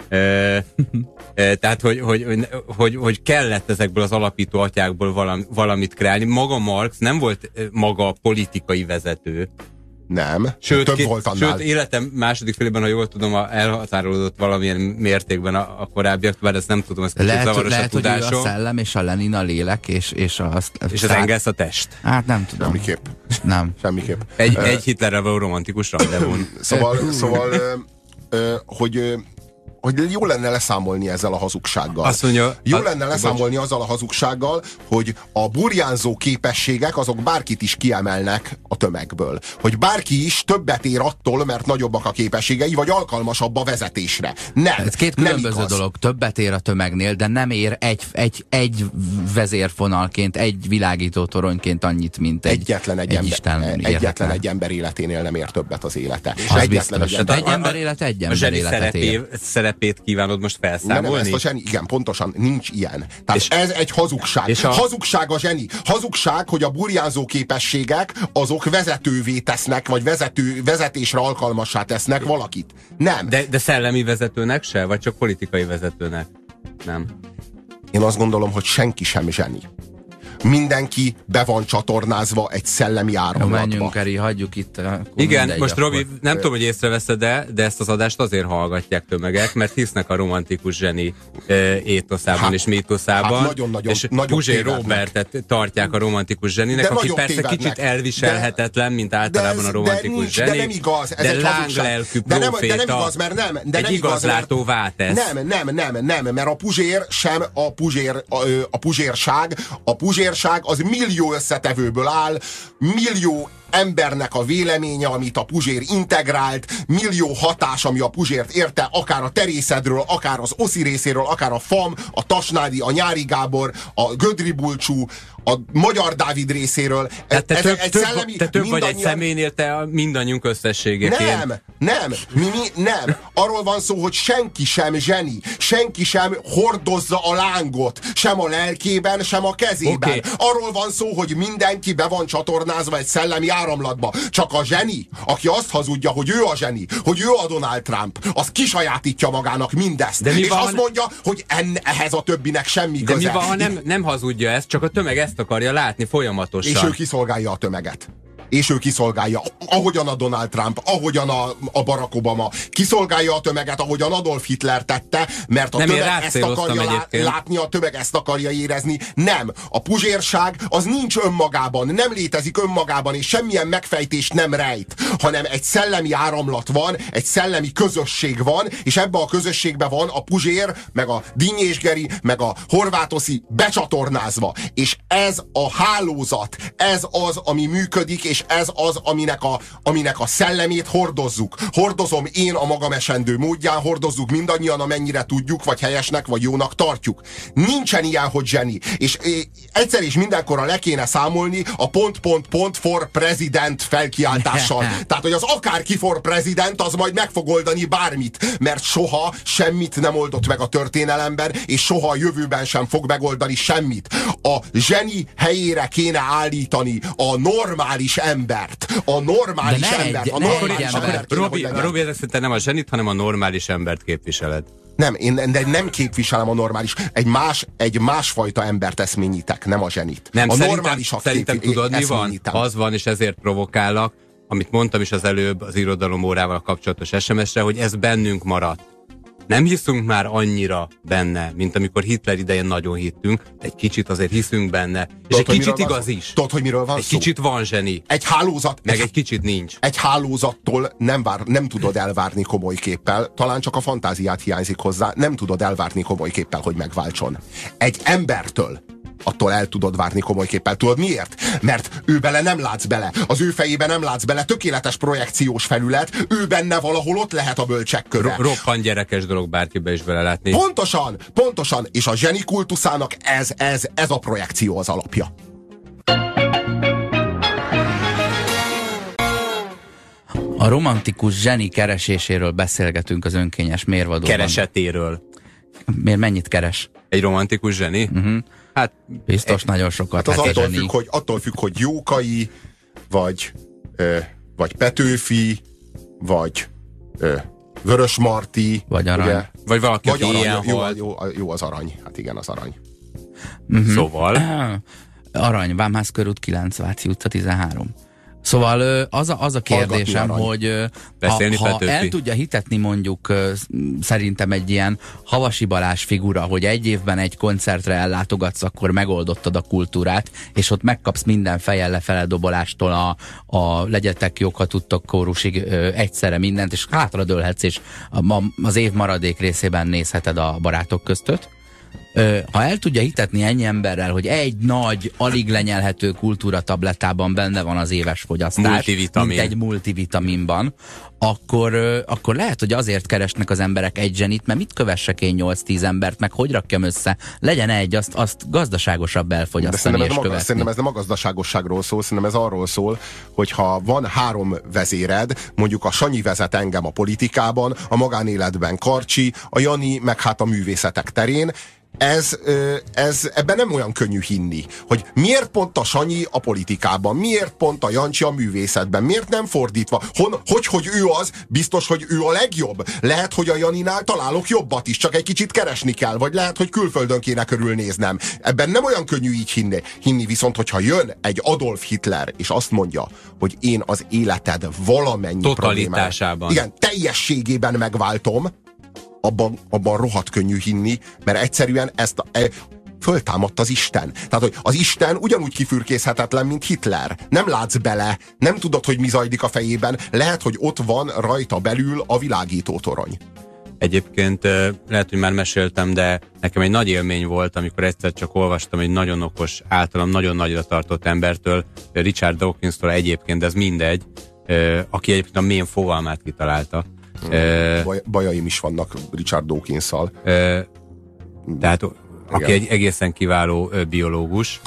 Tehát, hogy kellett ezekből az alapító atyákból valamit kreálni. Maga Marx nem volt maga politikai vezető. Nem, több volt annál. Sőt, életem második félében, ha jól tudom, elhatárolódott valamilyen mértékben a korábbiak, bár ezt nem tudom, ez kicsit zavaros a tudásom. Hogy ő a szellem, és a Lenin a lélek, és az Engels a test. Hát nem tudom. Semmiképp. Nem. Semmiképp. Egy Hitlerrel való romantikus rendezvún. Szóval hogy hogy jó lenne leszámolni ezzel a hazugsággal. Azt mondja, jó lenne leszámolni azzal a hazugsággal, hogy a burjánzó képességek azok bárkit is kiemelnek a tömegből. Hogy bárki is többet ér attól, mert nagyobbak a képességei, vagy alkalmasabb a vezetésre. Nem. Ez két különböző dolog. Többet ér a tömegnél, de nem ér egy vezérfonalként, egy világító toronyként annyit, mint egyetlen egy ember életénél nem ér többet az élete. Egy ember élete egy ember életet ér. Szerepét kívánod most felszámolni? Igen, pontosan, nincs ilyen. Tehát ez egy hazugság. Hazugság a zseni. Hazugság, hogy a burjánzó képességek azok vezetővé tesznek, vagy vezetésre alkalmassá tesznek valakit. Nem. De szellemi vezetőnek se? Vagy csak politikai vezetőnek? Nem. Én azt gondolom, hogy senki sem zseni. Mindenki be van csatornázva egy szellemi áramlatba. Menjünk, Eri, hagyjuk itt. Igen, most Robi, nem tudom, hogy észreveszed, de ezt az adást azért hallgatják tömegek, mert hisznek a romantikus zseni étoszában és mítoszában. Nagyon-nagyon és Puzsér Robertet tartják a romantikus zseninek, aki persze kicsit elviselhetetlen, mint általában a romantikus zseni. De nem igaz, ez egy lánglelkű proféta, nem igaz, mert nem. Egy igazlátóvá tesz. Nem, mert a Puzsér sem a puzsérság az millió összetevőből áll, millió embernek a véleménye, amit a Puzsér integrált, millió hatás, ami a Puzsért érte, akár a Terészedről, akár az Oszi részéről, akár a FAM, a Tasnádi, a Nyári Gábor, a Gödri Bulcsú, a Magyar Dávid részéről. Te több vagy egy személynél, te mindannyiunk összességeként. Nem. Arról van szó, hogy senki sem zseni. Senki sem hordozza a lángot. Sem a lelkében, sem a kezében. Okay. Arról van szó, hogy mindenki be van csatornázva egy szellemi áramlatba. Csak a zseni, aki azt hazudja, hogy ő a zseni, hogy ő a Donald Trump, az kisajátítja magának mindezt. És azt mondja, hogy ehhez a többinek semmi köze. De mi van, ha nem hazudja ezt, csak a tömeg ezt akarja látni folyamatosan. És ő kiszolgálja a tömeget. És ő kiszolgálja, ahogyan a Donald Trump, ahogyan a Barack Obama kiszolgálja a tömeget, ahogyan Adolf Hitler tette, mert a tömeg ezt akarja látni, a tömeg ezt akarja érezni. Nem. A puzsérság az nincs önmagában, nem létezik önmagában, és semmilyen megfejtést nem rejt, hanem egy szellemi áramlat van, egy szellemi közösség van, és ebbe a közösségbe van a Puzsér, meg a Dinnyés Geri, meg a Horvátoszi becsatornázva. És ez a hálózat, ez az, ami működik, és ez az, aminek a szellemét hordozzuk. Hordozom én a magam esendő módján, hordozzuk mindannyian, amennyire tudjuk, vagy helyesnek, vagy jónak tartjuk. Nincsen ilyen, hogy zseni. És egyszer és mindenkorra le kéne számolni a ... for president felkiáltással. Tehát, hogy az akárki for president, az majd meg fog oldani bármit, mert soha semmit nem oldott meg a történelemben, és soha a jövőben sem fog megoldani semmit. A zseni helyére kéne állítani a normális embert. A normális embert. Robi, ezek szerint nem a zsenit, hanem a normális embert képviseled. Nem, de nem képviselem a normális. Egy másfajta embert eszményítek, nem a zsenit. Nem, a szerintem tudod, mi van? Az van, és ezért provokálnak, amit mondtam is az előbb az irodalomórával kapcsolatos SMS-re, hogy ez bennünk maradt. Nem hiszünk már annyira benne, mint amikor Hitler idején nagyon hittünk, de egy kicsit azért hiszünk benne. És egy kicsit igaz is. Tudod, hogy miről van szó? Egy kicsit van zseni. Egy hálózat. Meg egy kicsit nincs. Egy hálózattól nem tudod elvárni komoly képpel, talán csak a fantáziát hiányzik hozzá, nem tudod elvárni komoly képpel, hogy megváltson. Egy embertől attól el tudod várni komoly képpel. Tudod miért? Mert ő bele nem látsz bele. Az ő fejébe nem látsz bele. Tökéletes projekciós felület. Ő benne valahol ott lehet a bölcsek köve. Roppant gyerekes dolog bárkibe is belelátni. Pontosan. És a zseni kultuszának ez a projekció az alapja. A romantikus zseni kereséséről beszélgetünk az önkényes mérvadóban. Keresetéről. Miért mennyit keres? Egy romantikus zseni? Hát biztos nagyon sokat. Hát az attól függ, hogy Jókai, vagy Petőfi, vagy Vörös Marti, vagy Arany. Ugye? Vagy valaki, aki ilyen jó az Arany. Hát igen, az Arany. Szóval? Arany, Vámház körút 9, Váci utca 13. Szóval az a kérdésem, hogy ha el tudja hitetni mondjuk szerintem egy ilyen Havasi Balázs figura, hogy egy évben egy koncertre ellátogatsz, akkor megoldottad a kultúrát, és ott megkapsz minden fejjel lefele dobolástól a legyetek jók, ha tudtok kórusig egyszerre mindent, és hátradőlhetsz, és az év maradék részében nézheted a Barátok köztöt. Ha el tudja hitetni ennyi emberrel, hogy egy nagy, alig lenyelhető kultúratablettában benne van az éves fogyasztás, mint egy multivitaminban, akkor lehet, hogy azért keresnek az emberek egy zsenit, mert mit kövessek én 8-10 embert, meg hogy rakjam össze, legyen egy, azt gazdaságosabb elfogyasztani és követni. Szerintem ez nem a gazdaságosságról szól, szerintem ez arról szól, hogy ha van 3 vezéred, mondjuk a Sanyi vezet engem a politikában, a magánéletben Karcsi, a Jani meg hát a művészetek terén, ebben nem olyan könnyű hinni, hogy miért pont a Sanyi a politikában, miért pont a Jancsi a művészetben, miért nem fordítva, hogy ő az, biztos, hogy ő a legjobb. Lehet, hogy a Janinál találok jobbat is, csak egy kicsit keresni kell, vagy lehet, hogy külföldön kéne körülnéznem. Ebben nem olyan könnyű így hinni, viszont hogyha jön egy Adolf Hitler, és azt mondja, hogy én az életed valamennyi totalitásában, igen, teljességében megváltom, abban rohadt könnyű hinni, mert egyszerűen föltámadt az Isten. Tehát, hogy az Isten ugyanúgy kifürkészhetetlen, mint Hitler. Nem látsz bele, nem tudod, hogy mi zajlik a fejében. Lehet, hogy ott van rajta belül a világítótorony. Egyébként lehet, hogy már meséltem, de nekem egy nagy élmény volt, amikor egyszer csak olvastam egy nagyon okos, általam nagyon nagyra tartott embertől, Richard Dawkins-tól egyébként, de ez mindegy, aki egyébként a mém fogalmát kitalálta. Bajaim is vannak Richard Dawkins-szal. Tehát aki egy egészen kiváló biológus.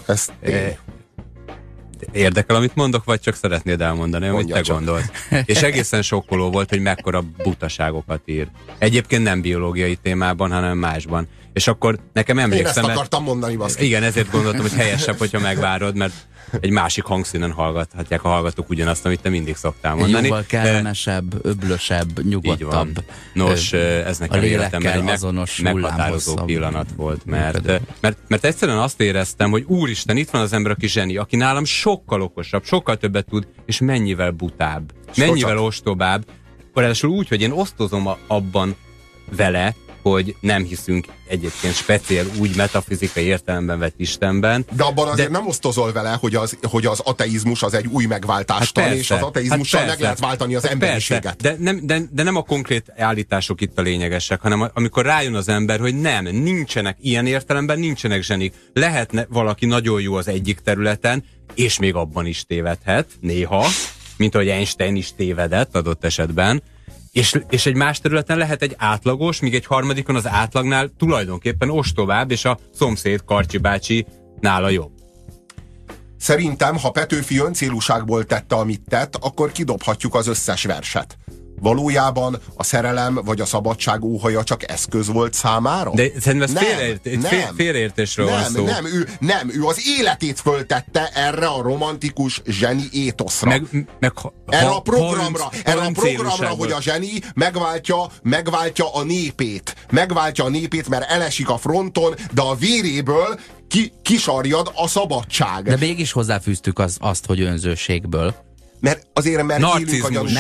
Érdekel, amit mondok, vagy csak szeretnéd elmondani, amit te gondolsz? És egészen sokkoló volt, hogy mekkora butaságokat ír. Egyébként nem biológiai témában, hanem másban. És akkor nekem emlékszem... Én ezt akartam mondani, baszki. Igen, ezért gondoltam, hogy helyesebb, hogyha megvárod, mert egy másik hangszínen hallgathatják a hallgatók ugyanazt, amit te mindig szoktál mondani. Jóval kellemesebb, öblösebb, nyugodtabb. Nos, ez nekem életemben egy meghatározó pillanat volt, mert egyszerűen azt éreztem, hogy úristen, itt van az ember, aki zseni, aki nálam sokkal okosabb, sokkal többet tud, és mennyivel butább, mennyivel ostobább. Ráadásul úgy, hogy én osztozom abban vele, hogy nem hiszünk egyébként speciál úgy metafizikai értelemben vett Istenben. De abban azért nem osztozol vele, hogy az ateizmus az egy új megváltástan, és az ateizmussal meg lehet váltani az emberiséget. De nem a konkrét állítások itt a lényegesek, hanem amikor rájön az ember, hogy nincsenek ilyen értelemben, nincsenek zsenik. Lehetne valaki nagyon jó az egyik területen, és még abban is tévedhet, néha, mint ahogy Einstein is tévedett adott esetben, és egy más területen lehet egy átlagos, míg egy harmadikon az átlagnál tulajdonképpen ostobább, és a szomszéd Karcsi bácsi nála jobb. Szerintem, ha Petőfi öncélúságból tette, amit tett, akkor kidobhatjuk az összes verset. Valójában a szerelem vagy a szabadság óhaja csak eszköz volt számára? De szerintem ez félreértésről van szó. Ő az életét föltette erre a romantikus zseni étoszra. Erre a programra, hogy a zseni megváltja a népét. Megváltja a népét, mert elesik a fronton, de a véréből kisarjad a szabadság. De mégis hozzáfűztük azt, hogy önzőségből. Mert narcizmus.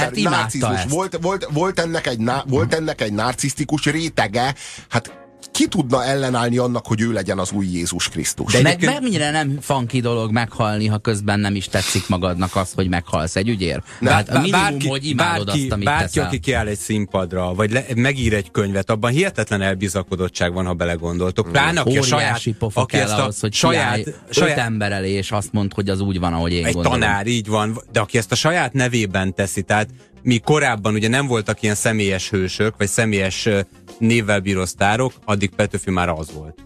Volt ennek egy narcisztikus rétege, hát ki tudna ellenállni annak, hogy ő legyen az új Jézus Krisztus? De mennyire nem funky dolog meghalni, ha közben nem is tetszik magadnak az, hogy meghalsz egy ügyér? Tehát a minimum, hogy imádod azt, amit bárki, aki kiáll egy színpadra, vagy megír egy könyvet, abban hihetetlen elbizakodottság van, ha belegondoltok. Pláne, aki óriási pofa kell ahhoz, hogy saját ember elé, és azt mond, hogy az úgy van, ahogy én gondolom. Egy tanár, így van, de aki ezt a saját nevében teszi, tehát mi korábban ugye nem voltak ilyen személyes hősök, vagy személyes névvel bíró sztárok, addig Petőfi már az volt.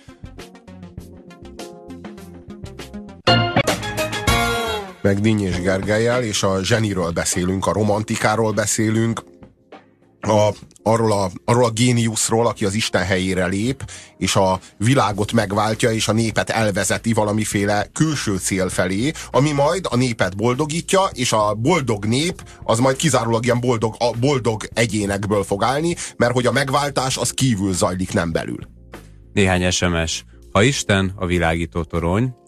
Meg Dinnyés Gergellyel, és a zseniről beszélünk, a romantikáról beszélünk, arról a géniuszról, aki az Isten helyére lép, és a világot megváltja, és a népet elvezeti valamiféle külső cél felé, ami majd a népet boldogítja, és a boldog nép az majd kizárólag ilyen boldog egyénekből fog állni, mert hogy a megváltás az kívül zajlik, nem belül. Néhány SMS. Ha Isten a világító torony,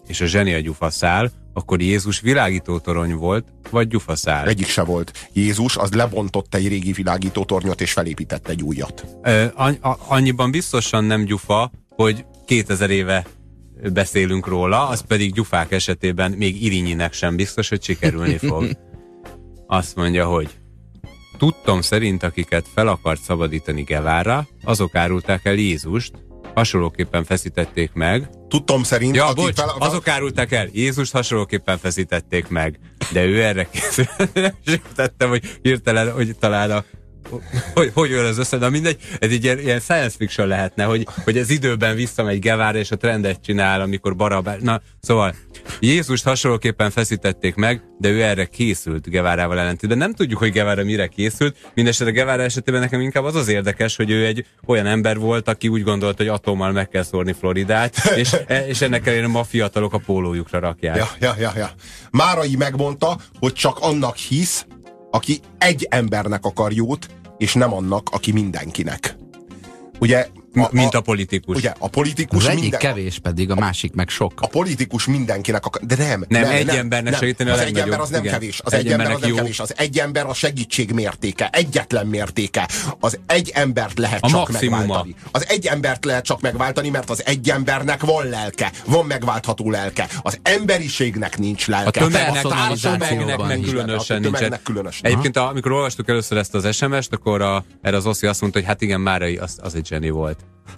és a zseni a gyufaszál, akkor Jézus világítótorony volt, vagy gyufaszál? Egyik se volt. Jézus az lebontott egy régi világítótornyot, és felépített egy újat. Annyiban biztosan nem gyufa, hogy 2000 éve beszélünk róla, az pedig gyufák esetében még Irinyinek sem biztos, hogy sikerülni fog. Azt mondja, hogy tudtom szerint, akiket fel akart szabadítani Guevara, azok árulták el Jézust, hasonlóképpen feszítették meg. Tudtom szerint... Ja, bocs, azok árulták el, Jézust hasonlóképpen feszítették meg, de ő erre készült. És tettem, hogy hirtelen, hogy talán hogy jön az össze, de mindegy, ez egy ilyen science fiction lehetne, hogy ez időben visszamegy Guevara, és a trendet csinál, amikor Barabás... Na, szóval Jézust hasonlóképpen feszítették meg, de ő erre készült Guevarával ellentétben. Nem tudjuk, hogy Guevara mire készült, mindesetre Guevara esetében nekem inkább az érdekes, hogy ő egy olyan ember volt, aki úgy gondolt, hogy atommal meg kell szórni Floridát, és ennek ellenére ma fiatalok a pólójukra rakják. Ja. Márai megmondta, hogy csak annak hisz, aki egy embernek akar jót, és nem annak, aki mindenkinek. Ugye... Mint a politikus. Ugye, a politikus az egyik kevés, pedig a másik meg sok. A politikus mindenkinek akar... De nem. Egy embernek segíteni a legnagyobb. Az egy ember az nem kevés. Az egy ember az nem kevés. Az egy ember a segítség mértéke. Egyetlen mértéke. Az egy embert lehet csak megváltani. Az egy embert lehet csak megváltani, mert az egy embernek van lelke. Van megváltható lelke. Az emberiségnek nincs lelke. A tömegnek meg különösen nincsen. Egyébként, amikor olvastuk először ezt az SMS-t, akkor erre az Oszi azt mondta, hogy hát igen, Márai az egy zseni volt.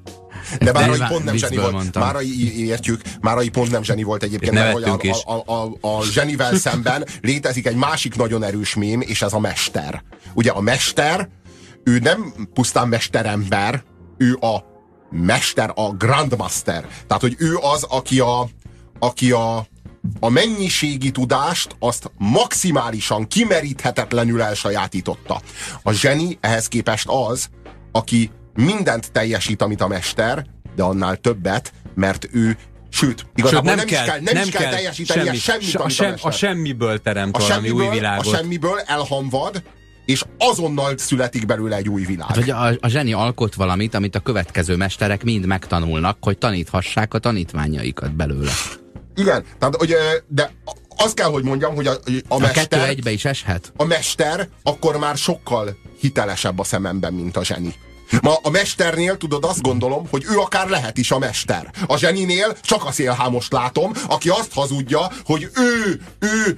De Márai pont nem zseni volt. Márai, értjük, Márai pont nem zseni volt egyébként, mert a zsenivel szemben létezik egy másik nagyon erős mém, és ez a mester. Ugye a mester, ő nem pusztán mesterember, ő a mester, a grandmaster. Tehát, hogy ő az, aki a mennyiségi tudást azt maximálisan, kimeríthetetlenül elsajátította. A zseni ehhez képest az, aki mindent teljesít, amit a mester, de annál többet, mert ő, sőt, igazából nem is kell teljesítenie semmit, amit a mester. A semmiből teremt valami új világot. A semmiből elhamvad, és azonnal születik belőle egy új világ. Hát, hogy a zseni alkot valamit, amit a következő mesterek mind megtanulnak, hogy taníthassák a tanítványaikat belőle. Igen, tehát, hogy, de azt kell, hogy mondjam, hogy a mester... A kettő egybe is eshet? A mester akkor már sokkal hitelesebb a szememben, mint a zseni. Ma a mesternél, tudod, azt gondolom, hogy ő akár lehet is a mester. A zseninél csak a Szélhámost látom, aki azt hazudja, hogy ő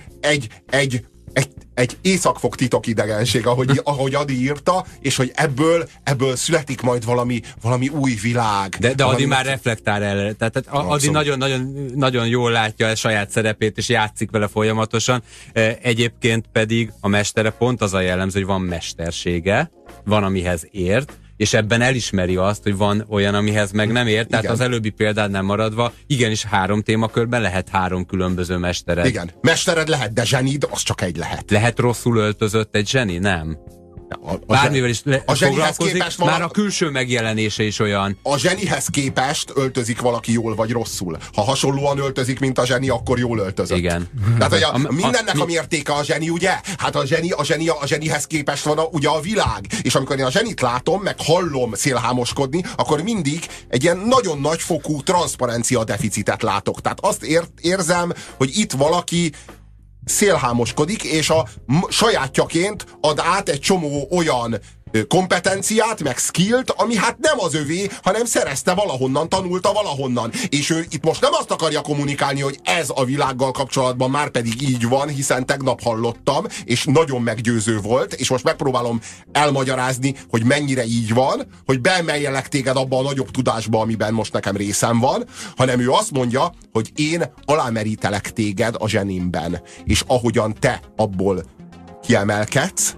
egy északfog titokidegenség, ahogy Adi írta, és hogy ebből születik majd valami új világ. De Adi már reflektál erre. Tehát Adi nagyon jól látja a saját szerepét, és játszik vele folyamatosan. Egyébként pedig a mestere pont az a jellemző, hogy van mestersége, van amihez ért, és ebben elismeri azt, hogy van olyan, amihez meg nem ért. Tehát az előbbi példánál maradva, igenis 3 témakörben lehet 3 különböző mestered. Igen, mestered lehet, de zsenid az csak egy lehet. Lehet rosszul öltözött egy zseni? Nem. Bármivel is foglalkozik, már a külső megjelenése is olyan. A zsenihez képest öltözik valaki jól vagy rosszul. Ha hasonlóan öltözik, mint a zseni, akkor jól öltözött. Igen. Tehát hogy mindennek a mértéke a zseni, ugye? Hát a zsenihez képest van ugye a világ. És amikor én a zsenit látom, meg hallom szélhámoskodni, akkor mindig egy ilyen nagyon nagyfokú transzparencia deficitet látok. Tehát azt érzem, hogy itt valaki szélhámoskodik, és a sajátjaként ad át egy csomó olyan kompetenciát, meg skillt, ami hát nem az övé, hanem szerezte valahonnan, tanulta valahonnan. És ő itt most nem azt akarja kommunikálni, hogy ez a világgal kapcsolatban már pedig így van, hiszen tegnap hallottam, és nagyon meggyőző volt, és most megpróbálom elmagyarázni, hogy mennyire így van, hogy beemeljelek téged abba a nagyobb tudásba, amiben most nekem részem van, hanem ő azt mondja, hogy én alámerítelek téged a zsenimben, és ahogyan te abból kiemelkedsz,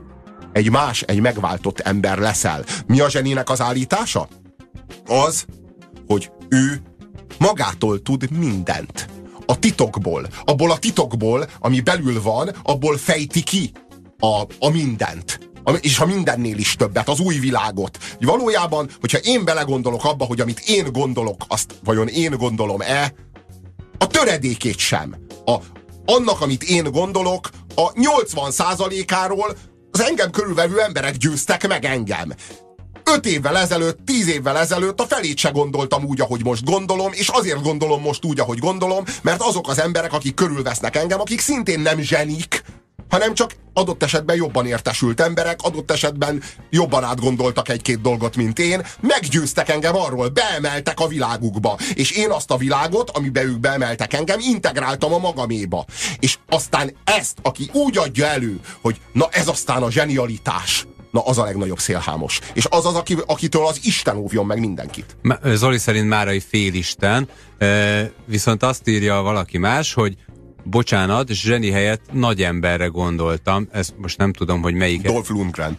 egy megváltott ember leszel. Mi a zseninek az állítása? Az, hogy ő magától tud mindent. A titokból. Abból a titokból, ami belül van, abból fejti ki a mindent. És a mindennél is többet, az új világot. Valójában, hogyha én belegondolok abba, hogy amit én gondolok, azt vajon én gondolom-e, a töredékét sem. Annak, amit én gondolok, a 80%-áról az engem körülvevő emberek győztek meg engem. 5 évvel ezelőtt, 10 évvel ezelőtt a felét se gondoltam úgy, ahogy most gondolom, és azért gondolom most úgy, ahogy gondolom, mert azok az emberek, akik körülvesznek engem, akik szintén nem zsenik, hanem csak adott esetben jobban értesült emberek, adott esetben jobban átgondoltak egy-két dolgot, mint én, meggyőztek engem arról, beemeltek a világukba, és én azt a világot, amiben ők beemeltek engem, integráltam a magaméba. És aztán ezt, aki úgy adja elő, hogy na ez aztán a zsenialitás, na az a legnagyobb szélhámos. És az az, akitől az Isten óvjon meg mindenkit. Zoli szerint márai félisten, viszont azt írja valaki más, hogy bocsánat, zseni helyett nagy emberre gondoltam. Ezt most nem tudom, hogy melyik. Dolph Lundgren.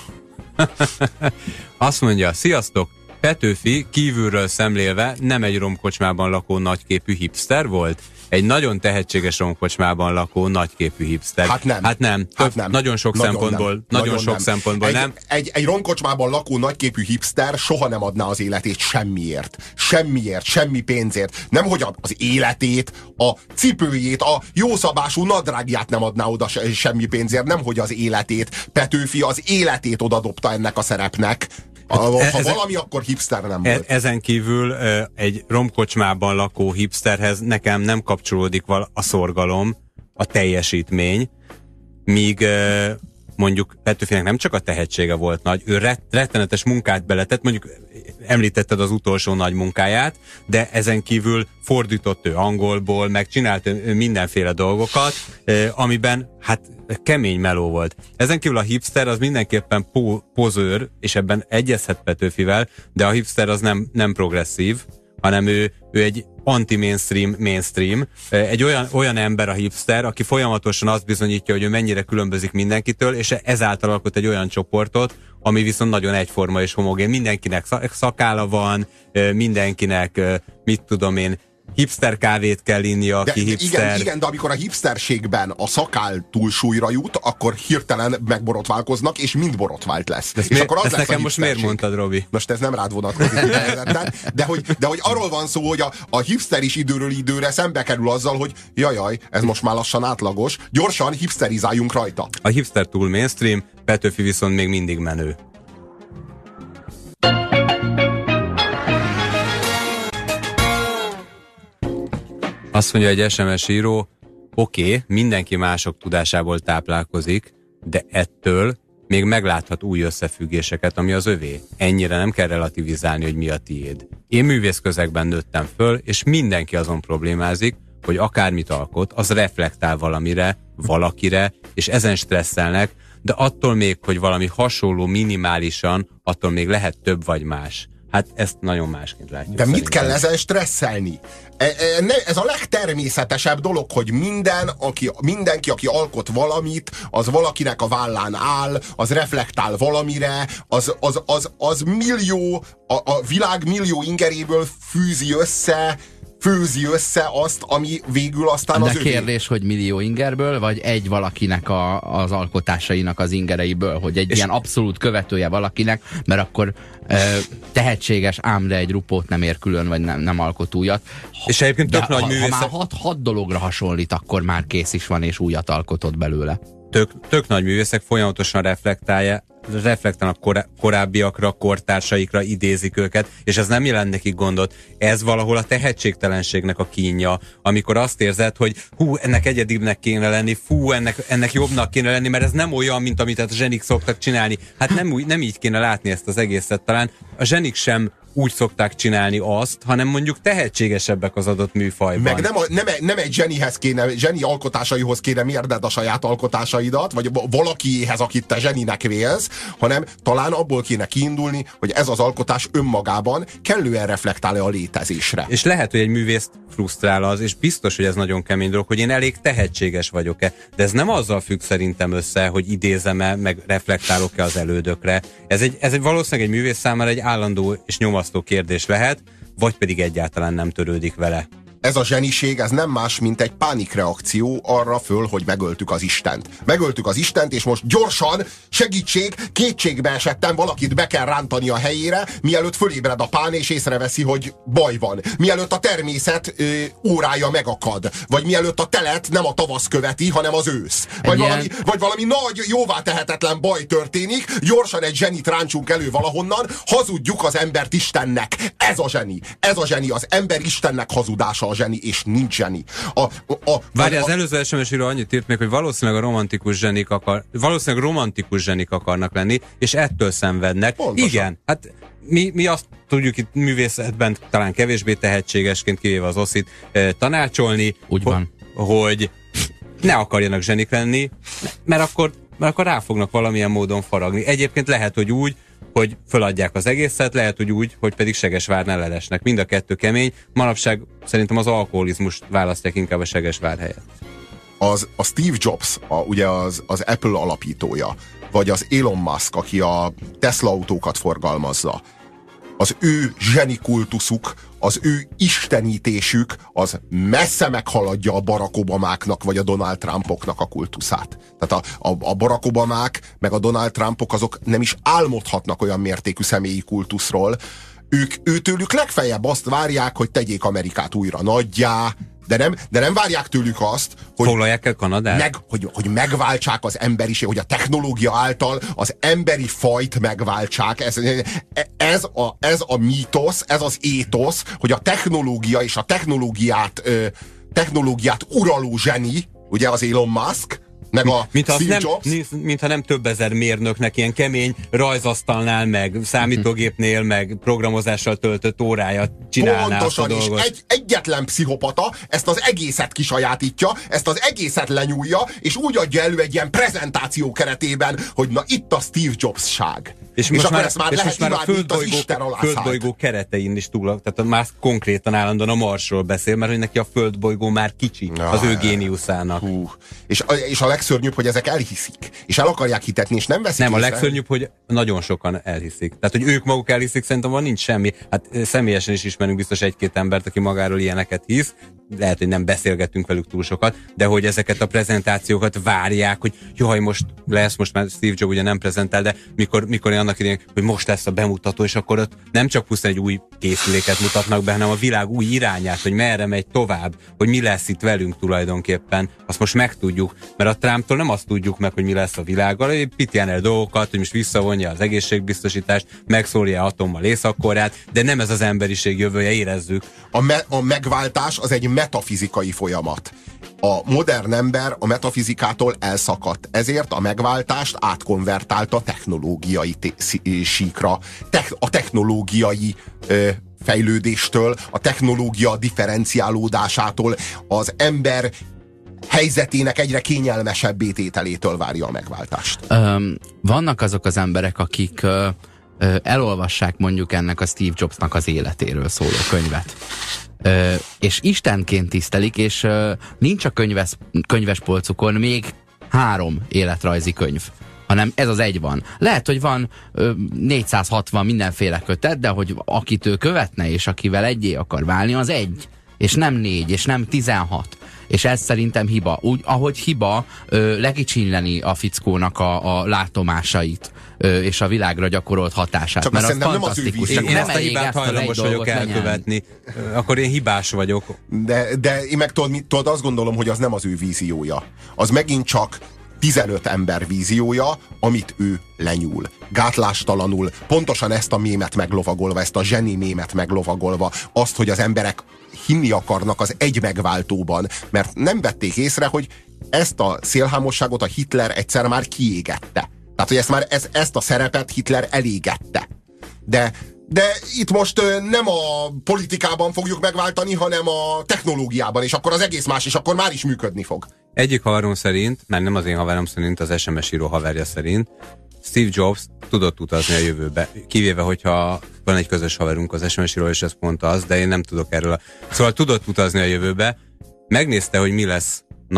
Azt mondja, sziasztok, Petőfi kívülről szemlélve nem egy romkocsmában lakó nagyképű hipster volt? Egy nagyon tehetséges romkocsmában lakó nagyképű hipster. Hát nem. Nagyon sok szempontból nem. Egy romkocsmában lakó nagyképű hipster soha nem adná az életét semmiért. Semmi pénzért. Nemhogy az életét, a cipőjét, a jószabású nadrágját nem adná oda semmi pénzért. Nemhogy az életét. Petőfi az életét odadobta ennek a szerepnek. Ha valami, akkor hipster nem volt. Ezen kívül egy romkocsmában lakó hipsterhez nekem nem kapcsolódik a szorgalom, a teljesítmény, míg mondjuk Petőfinek nem csak a tehetsége volt nagy, ő rettenetes munkát beletett, mondjuk említetted az utolsó nagy munkáját, de ezen kívül fordított ő angolból, meg csinált ő mindenféle dolgokat, amiben hát kemény meló volt. Ezen kívül a hipster az mindenképpen pozőr, és ebben egyezhet Petőfivel, de a hipster az nem progresszív, hanem ő egy anti-mainstream, egy olyan ember a hipster, aki folyamatosan azt bizonyítja, hogy ő mennyire különbözik mindenkitől, és ezáltal alkot egy olyan csoportot, ami viszont nagyon egyforma és homogén. Mindenkinek szakálla van, mindenkinek, mit tudom én, hipster kávét kell inni, aki hipster. Igen, de amikor a hipsterségben a szakál túlsúlyra jut, akkor hirtelen megborotválkoznak, és mind borotvált lesz. És akkor az lesz nekem most miért mondtad, Robi? Most ez nem rád vonatkozik, de hogy arról van szó, hogy a hipster is időről időre szembe kerül azzal, hogy jajaj, ez most már lassan átlagos, gyorsan hipsterizáljunk rajta. A hipster túl mainstream, Petőfi viszont még mindig menő. Azt mondja egy SMS író, oké, mindenki mások tudásából táplálkozik, de ettől még megláthat új összefüggéseket, ami az övé. Ennyire nem kell relativizálni, hogy mi a tiéd. Én művészközegben nőttem föl, és mindenki azon problémázik, hogy akármit alkot, az reflektál valamire, valakire, és ezen stresszelnek, de attól még, hogy valami hasonló minimálisan, attól még lehet több vagy más. Hát ezt nagyon másként látjuk. De mit kell ezen stresszelni? Ez a legtermészetesebb dolog, hogy mindenki, aki alkot valamit, az valakinek a vállán áll, az reflektál valamire, az millió, a világ millió ingeréből főzi össze azt, ami végül aztán az övé. De kérdés, hogy millió ingerből, vagy egy valakinek az alkotásainak az ingereiből, hogy egy ilyen abszolút követője valakinek, mert akkor tehetséges, ám de egy rupót nem ér külön, vagy nem alkot újat. És egyébként tök nagy művészek... Ha már hat dologra hasonlít, akkor már kész is van, és újat alkotott belőle. Tök nagy művészek folyamatosan reflektálnak korábbiakra, kortársaikra, idézik őket, és ez nem jelent nekik gondot. Ez valahol a tehetségtelenségnek a kínja, amikor azt érzed, hogy hú, ennek egyedibbnek kéne lenni, fú, ennek jobbnak kéne lenni, mert ez nem olyan, mint amit a zsenik szoktak csinálni. Hát nem így kéne látni ezt az egészet. Talán a zsenik sem úgy szokták csinálni azt, hanem mondjuk tehetségesebbek az adott műfajban. Meg nem egy zseni alkotásaihoz kéne mérded a saját alkotásaidat, vagy valakiéhez, akit te zseninek vélsz, hanem talán abból kéne kiindulni, hogy ez az alkotás önmagában kellően reflektál-e a létezésre. És lehet, hogy egy művészt frusztrál az, és biztos, hogy ez nagyon kemény dolog, hogy én elég tehetséges vagyok-e, de ez nem azzal függ szerintem össze, hogy idézem-e, meg reflektálok-e az elődökre. Ez egy valószínűleg egy művész számára egy állandó és nyomasztó kérdés lehet, vagy pedig egyáltalán nem törődik vele. ez a zseniség, ez nem más, mint egy pánikreakció arra föl, hogy megöltük az Istent. Megöltük az Istent, és most gyorsan, segítség, kétségbe esettem, valakit be kell rántani a helyére, mielőtt fölébred a pán, és észreveszi, hogy baj van. Mielőtt a természet órája megakad. Vagy mielőtt a telet nem a tavasz követi, hanem az ősz. Vagy valami nagy, jóvá tehetetlen baj történik, gyorsan egy zsenit ráncsunk elő valahonnan, hazudjuk az embert Istennek. Ez a zseni. Ez a zseni. Az ember Istennek hazudása a zseni, és nincs zseni. Várj, az előző SMS-ről annyit írt még, hogy valószínűleg romantikus zsenik akarnak lenni, és ettől szenvednek. Pontosan. Igen, hát mi azt tudjuk itt művészetben talán kevésbé tehetségesként, kivéve az Oszit, tanácsolni, hogy ne akarjanak zsenik lenni, mert akkor rá fognak valamilyen módon faragni. Egyébként lehet, hogy úgy, hogy föladják az egészet, lehet, hogy úgy, hogy pedig Segesvárnál lelesnek. Mind a kettő kemény. Manapság szerintem az alkoholizmust választják inkább a Segesvár helyett. A Steve Jobs, ugye az Apple alapítója, vagy az Elon Musk, aki a Tesla autókat forgalmazza, az ő zsenikultuszuk, az ő istenítésük, az messze meghaladja a Barack Obamáknak vagy a Donald Trumpoknak a kultuszát. Tehát a Barack Obamák meg a Donald Trumpok azok nem is álmodhatnak olyan mértékű személyi kultuszról. Őtőlük legfeljebb azt várják, hogy tegyék Amerikát újra nagyjá, de nem várják tőlük azt, hogy foglalják el Kanadát? Hogy megváltsák az emberiség, hogy a technológia által az emberi fajt megváltsák. Ez a mítosz, ez az étosz, hogy a technológia és a technológiát uraló zseni, ugye az Elon Musk, meg a Steve Jobs. Mintha nem több ezer mérnöknek ilyen kemény rajzasztalnál, meg számítógépnél, meg programozással töltött órája csinálná. Pontosan, és egyetlen pszichopata ezt az egészet kisajátítja, ezt az egészet lenyúlja, és úgy adja elő egy ilyen prezentáció keretében, hogy na itt a Steve Jobs-ság. És akkor ezt már lehet imádni, itt az Isten alá földbolygó keretein is túl, tehát már konkrétan állandóan a Marsról beszél, mert hogy neki a földbolygó már kicsi az ő géniuszának. És a legszörnyűbb, hogy ezek elhiszik, és el akarják hitetni, és nem veszik észre. A legszörnyűbb, hogy nagyon sokan elhiszik. Tehát, hogy ők maguk elhiszik, szerintem van nincs semmi. Hát személyesen is ismerünk biztos egy-két embert, aki magáról ilyeneket hisz. Lehet, hogy nem beszélgetünk velük túl sokat, de hogy ezeket a prezentációkat várják, hogy jaj, most már Steve Jobs ugye nem prezentál, de mikor annak idején, hogy most lesz a bemutató, és akkor ott nem csak pusztán egy új készüléket mutatnak be, hanem a világ új irányát, hogy merre megy tovább, hogy mi lesz itt velünk tulajdonképpen, azt most megtudjuk, mert a Trumptól nem azt tudjuk meg, hogy mi lesz a világgal, hogy pitján el dolgokat, hogy most visszavonja az egészségbiztosítást, megszórja atommal Észak-Koreát, de nem ez az emberiség jövője, érezzük. A megváltás az egy metafizikai folyamat. A modern ember a metafizikától elszakadt, ezért a megváltást átkonvertálta technológiai síkra. A technológiai fejlődéstől, a technológia differenciálódásától, az ember helyzetének egyre kényelmesebbé tételétől várja a megváltást. Vannak azok az emberek, akik elolvassák mondjuk ennek a Steve Jobsnak az életéről szóló könyvet. És istenként tisztelik, és nincs a könyvespolcukon még 3 életrajzi könyv, hanem ez az egy van. Lehet, hogy van 460 mindenféle kötet, de hogy akit ő követne, és akivel egyé akar válni, az egy, és nem 4, és nem 16. És ez szerintem hiba. Úgy, ahogy hiba lekicsinyleni a fickónak a látomásait, és a világra gyakorolt hatását. Csak mert az fantasztikus. Én ezt a hibát hajlamos vagyok elkövetni. Akkor én hibás vagyok. De én meg tudod, azt gondolom, hogy az nem az ő víziója. Az megint csak 15 ember víziója, amit ő lenyúl. Gátlástalanul, pontosan ezt a mémet meglovagolva, ezt a zseni mémet meglovagolva, azt, hogy az emberek hinni akarnak az egy megváltóban, mert nem vették észre, hogy ezt a szélhámosságot a Hitler egyszer már kiégette. Tehát, hogy ezt a szerepet Hitler elégette. De itt most nem a politikában fogjuk megváltani, hanem a technológiában, és akkor az egész más, és akkor már is működni fog. Egyik haverom szerint, mert nem az én haverom szerint, az SMS író haverja szerint, Steve Jobs tudott utazni a jövőbe. Kivéve, hogyha van egy közös haverunk az SMS író, és ez pont az, de én nem tudok erről. Szóval tudott utazni a jövőbe, megnézte, hogy mi lesz. Na,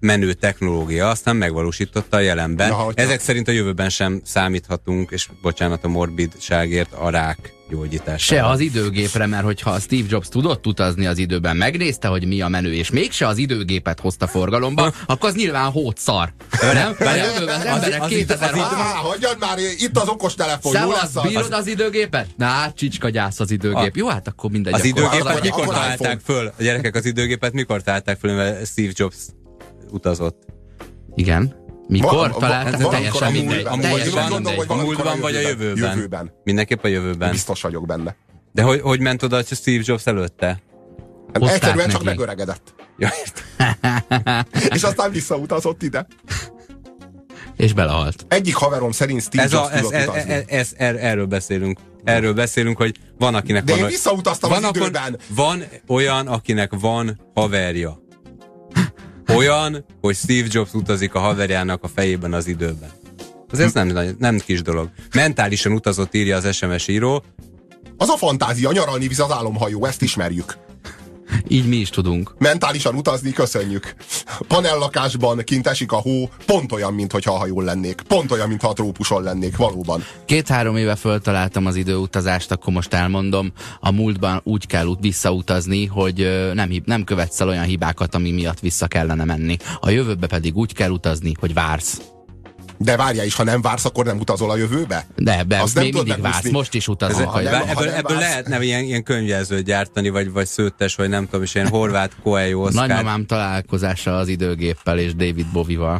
menő technológia, aztán megvalósította a jelenben. Ezek szerint a jövőben sem számíthatunk, és bocsánat a morbidságért, a rák gyógyítására. Se az időgépre, mert hogyha Steve Jobs tudott utazni az időben, megnézte, hogy mi a menő, és mégse az időgépet hozta forgalomba, akkor az nyilván hótszar. Nem? Az emberek 2006... Hagyjad már, itt az okostelefon. Szevasz, bírod az időgépet? Na, csicskagyász az időgép. Jó, hát akkor mindegy. Az időgépet mikor találták föl? A gyerekek, az időgépet mikor találták föl, mert Steve Jobs utazott? Igen. Mikor találták? Teljesen mindegy. A múltban vagy a jövőben? Mindenképp a jövőben. Biztos vagyok benne. De hogy ment oda Steve Jobs előtte? Egyszerűen csak megöregedett. Ja, és aztán visszautazott ide. És belehalt. Egyik haverom szerint Steve Jobs tudott utazni. Erről beszélünk, hogy van akinek de van... De én visszautaztam az időben. Van olyan, akinek van haverja. Olyan, hogy Steve Jobs utazik a haverjának a fejében az időben. Ez nem kis dolog. Mentálisan utazott, írja az SMS író. Az a fantázia, nyaralni visz az álomhajó, ezt ismerjük. Így mi is tudunk. Mentálisan utazni, köszönjük. Panellakásban kint esik a hó, pont olyan, mintha a hajón lennék. Pont olyan, mintha a trópuson lennék, valóban. 2-3 éve föltaláltam az időutazást, akkor most elmondom. A múltban úgy kell visszautazni, hogy nem követsz el olyan hibákat, ami miatt vissza kellene menni. A jövőbe pedig úgy kell utazni, hogy vársz. De várjál is, ha nem vársz, akkor nem utazol a jövőbe? De még mindig vársz, most is utazol. Ebből lehetne ilyen könyvjelzőt gyártani, vagy szőttes, vagy nem tudom is, ilyen horvát Coelho Oscar. Nagymamám találkozása az időgéppel és David Bowie-val.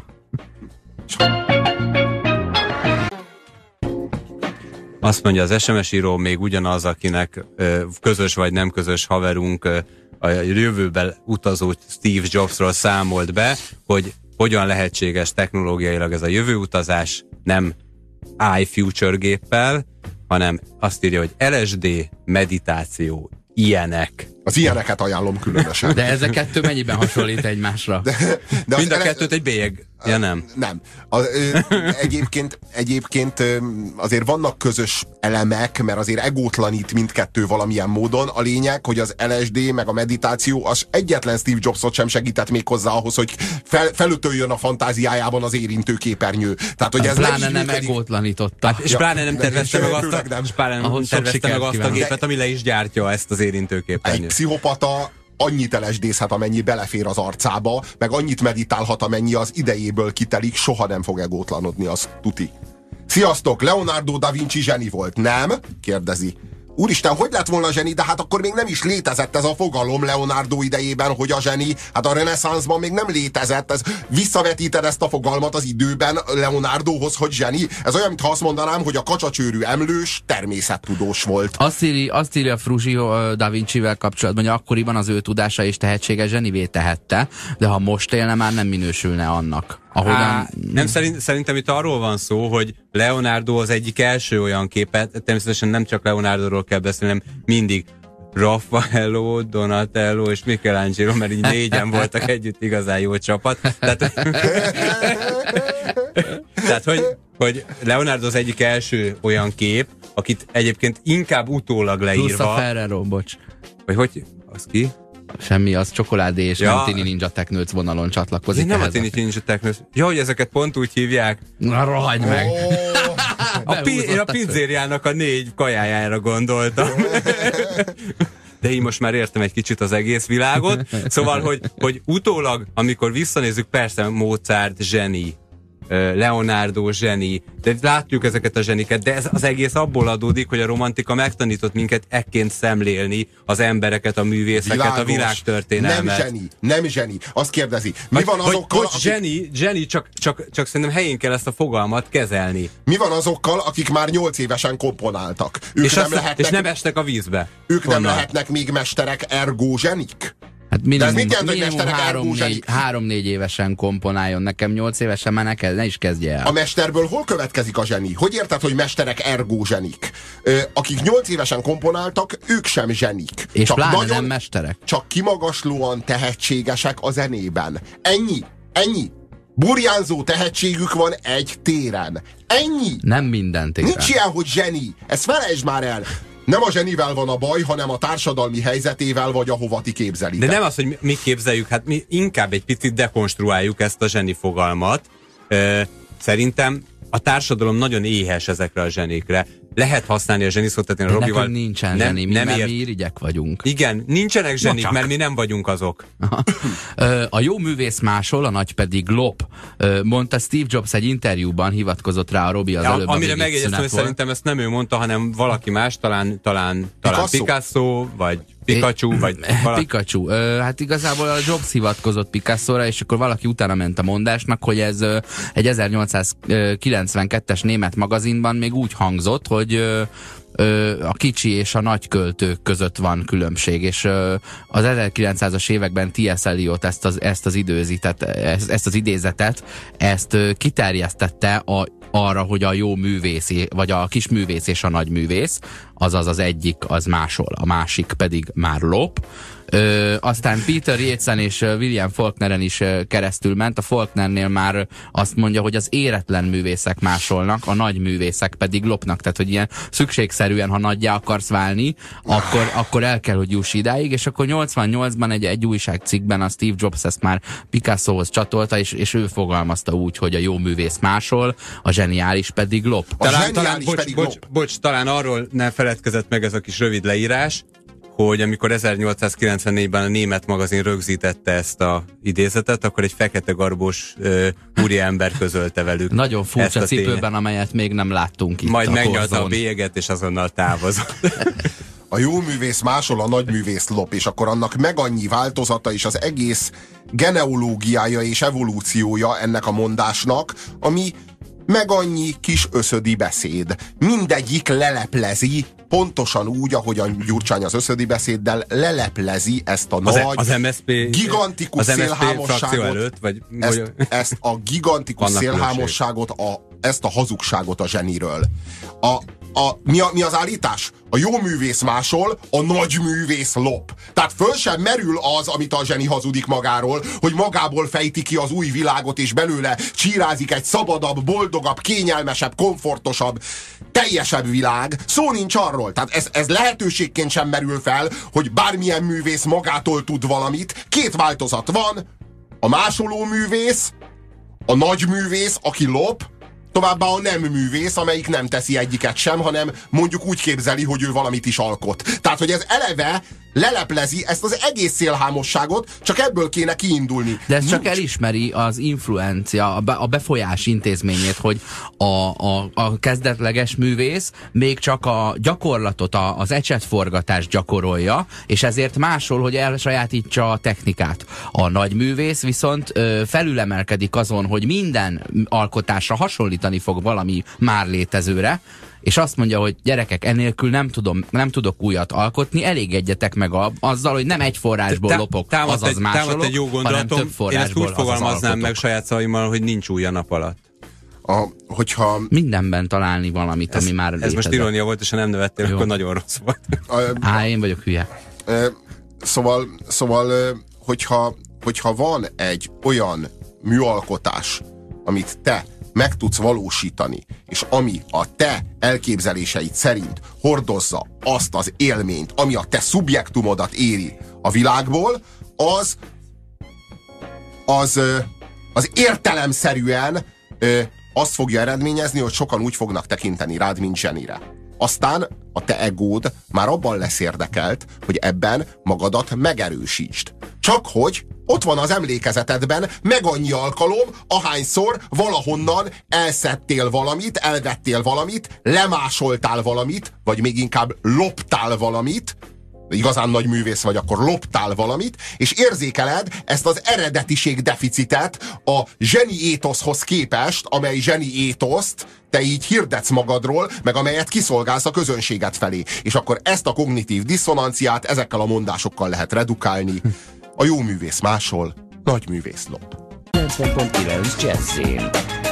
Azt mondja az SMS író, még ugyanaz, akinek közös vagy nem közös haverunk a jövőben utazó Steve Jobsról számolt be, hogy hogyan lehetséges technológiailag ez a jövőutazás, nem iFuture géppel, hanem azt írja, hogy LSD, meditáció, ilyenek. Az ilyeneket ajánlom különösen. De ez a kettő mennyiben hasonlít egymásra? De mind a kettőt egy bélyeg. Ja, nem. Nem. Egyébként azért vannak közös elemek, mert azért egótlanít mindkettő valamilyen módon. A lényeg, hogy az LSD meg a meditáció az egyetlen Steve Jobsot sem segített még hozzá ahhoz, hogy felütöljön a fantáziájában az érintő képernyő. Tehát, hogy ez pláne nem egótlanította. Hát, és pláne nem tervezte meg azt a gépet, ami le is gyártja ezt az érintő képernyőt. Egy pszichopata annyit LSD-zhet, amennyi belefér az arcába, meg annyit meditálhat, amennyi az idejéből kitelik, soha nem fog egótlanodni, az tuti. Sziasztok, Leonardo da Vinci zseni volt, nem? Kérdezi. Úristen, hogy lett volna zseni, de hát akkor még nem is létezett ez a fogalom Leonardo idejében, hogy a zseni, hát a reneszánszban még nem létezett, ez visszavetíted ezt a fogalmat az időben Leonardohoz, hogy zseni. Ez olyan, mintha azt mondanám, hogy a kacsacsőrű emlős természettudós volt. Azt írja Fruzsi da Vincivel kapcsolatban, hogy akkoriban az ő tudása és tehetsége zsenivé tehette, de ha most élne, már nem minősülne annak. Nem, szerintem itt arról van szó, hogy Leonardo az egyik első olyan képet, természetesen nem csak Leonardoról kell beszélni, hanem mindig Raffaello, Donatello és Michelangelo, mert így négyen voltak együtt igazán jó csapat. Tehát hogy Leonardo az egyik első olyan kép, akit egyébként inkább utólag leírva... Plusz a Ferrero, bocs. Hogy az ki? Semmi, az csokoládé és nem Tini Ninja Technőc vonalon csatlakozik. Nem a Tini Ninja Technőc. Ja, hogy ezeket pont úgy hívják. Na, rohagy meg! Én a pizzériának a 4 kajájára gondoltam. De én most már értem egy kicsit az egész világot. Szóval, hogy utólag, amikor visszanézzük, persze Mozart zseni, Leonardo zseni, de látjuk ezeket a zseniket, de ez az egész abból adódik, hogy a romantika megtanított minket ekként szemlélni az embereket, a művészeket, világos, a világtörténelmet. Nem zseni. Azt kérdezi, mi van azokkal, zseni, csak szerintem helyén kell ezt a fogalmat kezelni. Mi van azokkal, akik már 8 évesen komponáltak? És nem estek a vízbe. Ők nem lehetnek még mesterek, ergo zsenik? Hát minimum 3-4 évesen komponáljon, nekem 8 évesen már ne is kezdje el. A mesterből hol következik a zseni? Hogy érted, hogy mesterek ergo zsenik? Akik 8 évesen komponáltak, ők sem zsenik. És csak pláne nem mesterek. Csak kimagaslóan tehetségesek a zenében. Ennyi. Burjánzó tehetségük van egy téren. Ennyi. Nem minden téren. Nincs ilyen, hogy zseni. Ezt felejtsd már el. Nem a zsenivel van a baj, hanem a társadalmi helyzetével, vagy ahova ti képzelitek. De nem az, hogy mi képzeljük, hát mi inkább egy picit dekonstruáljuk ezt a zseni fogalmat. Szerintem a társadalom nagyon éhes ezekre a zsenikre. Lehet használni a zseni szót, tehát én a Robival... Nekünk nincsen zseni, mi irigyek vagyunk. Igen, nincsenek zsenik, mert mi nem vagyunk azok. A jó művész másol, a nagy pedig lop. Mondta Steve Jobs egy interjúban, hivatkozott rá a Robi az előbb. Amire megjegyeztem, hogy szerintem ezt nem ő mondta, hanem valaki más, talán Picasso, vagy Pikachu, vagy valaki. Pikachu. Hát igazából a Jobs hivatkozott Picasso-ra, és akkor valaki utána ment a mondásnak, hogy ez egy 1892-es német magazinban még úgy hangzott, hogy a kicsi és a nagy költők között van különbség, és az 1900-as években T.S. Eliot ezt az idézetet, ezt kiterjesztette arra, hogy a jó művész, vagy a kis művész és a nagy művész, azaz az egyik az másol, a másik pedig már lop. Aztán Peter Yatesen és William Faulkneren is keresztül ment. A Faulknernél már azt mondja, hogy az éretlen művészek másolnak, a nagy művészek pedig lopnak. Tehát, hogy ilyen szükségszerűen, ha nagyjá akarsz válni, akkor el kell, hogy juss idáig, és akkor 88-ban egy újságcikkben a Steve Jobs ezt már Picassohoz csatolta, és ő fogalmazta úgy, hogy a jó művész másol, a zseniális pedig lop. Talán arról nem feledkezett meg ez a kis rövid leírás, hogy amikor 1894-ben a német magazin rögzítette ezt a idézetet, akkor egy fekete garbós úriember közölte velük. Nagyon furcsa cipőben, amelyet még nem láttunk itt. Majd megnyalta a bélyeget, és azonnal távozott. A jó művész másol, a nagy művész lop, és akkor annak meg annyi változata és az egész genealógiája és evolúciója ennek a mondásnak, ami meg annyi kis összödi beszéd. Mindegyik leleplezi, pontosan úgy, ahogy a Gyurcsány az összödi beszéddel leleplezi ezt a az MSZP, gigantikus szélhámosságot, előtt, vagy ezt a gigantikus szélhámosságot, ezt a hazugságot a zseniről. Mi az állítás? A jó művész másol, a nagy művész lop. Tehát föl sem merül az, amit a zseni hazudik magáról, hogy magából fejti ki az új világot, és belőle csírázik egy szabadabb, boldogabb, kényelmesebb, komfortosabb, teljesebb világ. Szó nincs arról. Tehát ez lehetőségként sem merül fel, hogy bármilyen művész magától tud valamit. Két változat van. A másoló művész, a nagy művész, aki lop, továbbá a nem művész, amelyik nem teszi egyiket sem, hanem mondjuk úgy képzeli, hogy ő valamit is alkot. Tehát, hogy ez eleve leleplezi ezt az egész szélhámosságot, csak ebből kéne kiindulni. De ez csak elismeri az influencia, a befolyás intézményét, hogy a kezdetleges művész még csak a gyakorlatot, az ecsetforgatást gyakorolja, és ezért másol, hogy elsajátítsa a technikát. A nagy művész viszont felülemelkedik azon, hogy minden alkotásra hasonlítani fog valami már létezőre, és azt mondja, hogy gyerekek, enélkül nem tudok újat alkotni, elégedjetek meg azzal, hogy nem egy forrásból lopok, azaz másolok, egy jó hanem több forrásból. Én ezt úgy fogalmaznám meg saját szavaimmal, hogy nincs új a nap alatt. Hogyha mindenben találni valamit, ami már létezett. Ez most irónia volt, és ha nem nevettél, akkor nagyon rossz volt. Én vagyok hülye. Szóval hogyha van egy olyan műalkotás, amit te meg tudsz valósítani, és ami a te elképzeléseid szerint hordozza azt az élményt, ami a te szubjektumodat éri a világból, az értelemszerűen azt fogja eredményezni, hogy sokan úgy fognak tekinteni rád, mint zsenire. Aztán a te egód már abban lesz érdekelt, hogy ebben magadat megerősítsd. Csak hogy ott van az emlékezetedben meg annyi alkalom, ahányszor valahonnan elszedtél valamit, elvettél valamit, lemásoltál valamit, vagy még inkább loptál valamit, igazán nagy művész vagy, akkor loptál valamit, és érzékeled ezt az eredetiség deficitet a zseni étoszhoz képest, amely zseni étoszt te így hirdetsz magadról, meg amelyet kiszolgálsz a közönséget felé. És akkor ezt a kognitív diszonanciát ezekkel a mondásokkal lehet redukálni. A jó művész másol, nagy művész lop. 90.9 Jazzin.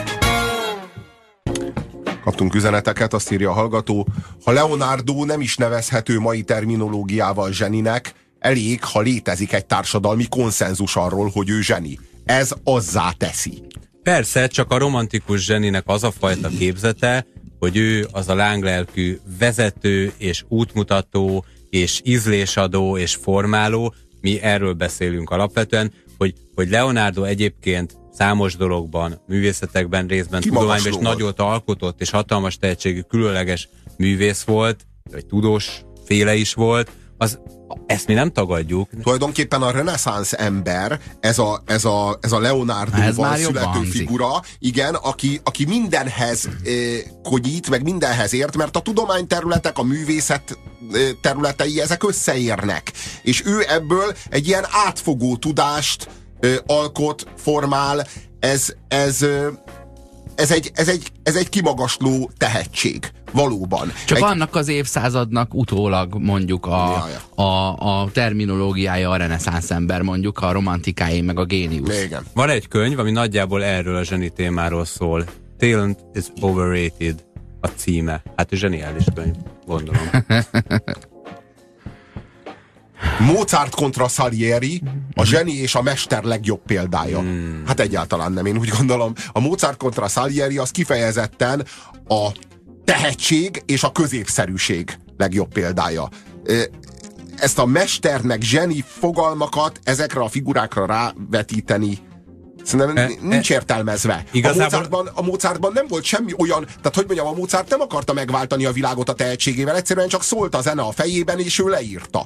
Kaptunk üzeneteket, azt írja a hallgató. Ha Leonardo nem is nevezhető mai terminológiával zseninek, elég, ha létezik egy társadalmi konszenzus arról, hogy ő zseni. Ez azzá teszi. Persze, csak a romantikus zseninek az a fajta képzete, hogy ő az a lánglelkű vezető és útmutató és ízlésadó és formáló. Mi erről beszélünk alapvetően, hogy Leonardo egyébként számos dologban, művészetekben, részben tudományban is nagyot alkotott, és hatalmas tehetségű, különleges művész volt, vagy tudós féle is volt, ezt mi nem tagadjuk. Tulajdonképpen a reneszánsz ember, ez a Leonardo-val születő figura, igen, aki mindenhez konyít, meg mindenhez ért, mert a tudományterületek, a művészet területei, ezek összeérnek. És ő ebből egy ilyen átfogó tudást alkot, formál, ez egy kimagasló tehetség. Valóban. Csak annak az évszázadnak utólag mondjuk a terminológiája a reneszánsz ember, mondjuk a romantikáé meg a géniusz. Igen. Van egy könyv, ami nagyjából erről a zseni témáról szól. Talent is overrated a címe. Hát zseniális könyv, gondolom. Mozart kontra Salieri, a zseni és a mester legjobb példája. Hát egyáltalán nem, én úgy gondolom. A Mozart kontra Salieri az kifejezetten a tehetség és a középszerűség legjobb példája. Ezt a mester meg zseni fogalmakat ezekre a figurákra rávetíteni szerintem nincs értelmezve. A Mozartban nem volt semmi olyan, tehát hogy mondjam, a Mozart nem akarta megváltani a világot a tehetségével, egyszerűen csak szólt a zene a fejében, és ő leírta.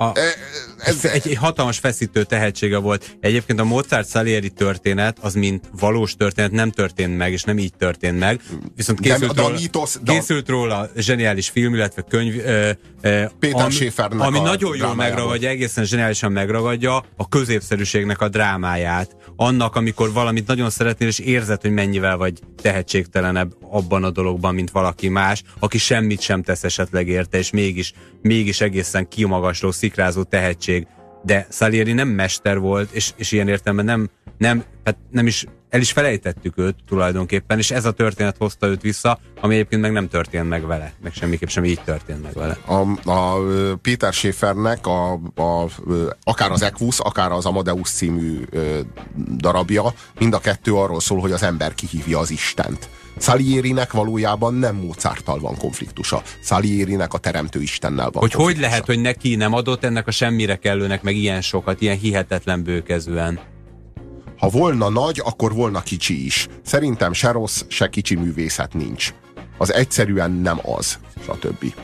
Egy hatalmas feszítő tehetsége volt. Egyébként a Mozart-Salieri történet, az mint valós történet nem történt meg, és nem így történt meg. Viszont készült róla zseniális film, illetve könyv, Péter Schäfernek ami nagyon jól megragadja, egészen zseniálisan megragadja a középszerűségnek a drámáját. Annak, amikor valamit nagyon szeretnél, és érzed, hogy mennyivel vagy tehetségtelenebb abban a dologban, mint valaki más, aki semmit sem tesz esetleg érte, és mégis egészen kimagasló, szikrázó tehetség. De Salieri nem mester volt, és ilyen értelemben nem is el is felejtettük őt tulajdonképpen, és ez a történet hozta őt vissza, ami egyébként meg nem történt meg vele, meg semmiképp sem így történt meg vele. A Péter Schäfernek akár az Equus, akár az Amadeus című darabja, mind a kettő arról szól, hogy az ember kihívja az Istent. Salierinek valójában nem Mozarttal van konfliktusa. Salierinek a teremtő Istennel van konfliktusa. Hogy lehet, hogy neki nem adott ennek a semmire kellőnek meg ilyen sokat, ilyen hihetetlen bőkezűen? Ha volna nagy, akkor volna kicsi is. Szerintem se rossz, se kicsi művészet nincs. Az egyszerűen nem az, stb.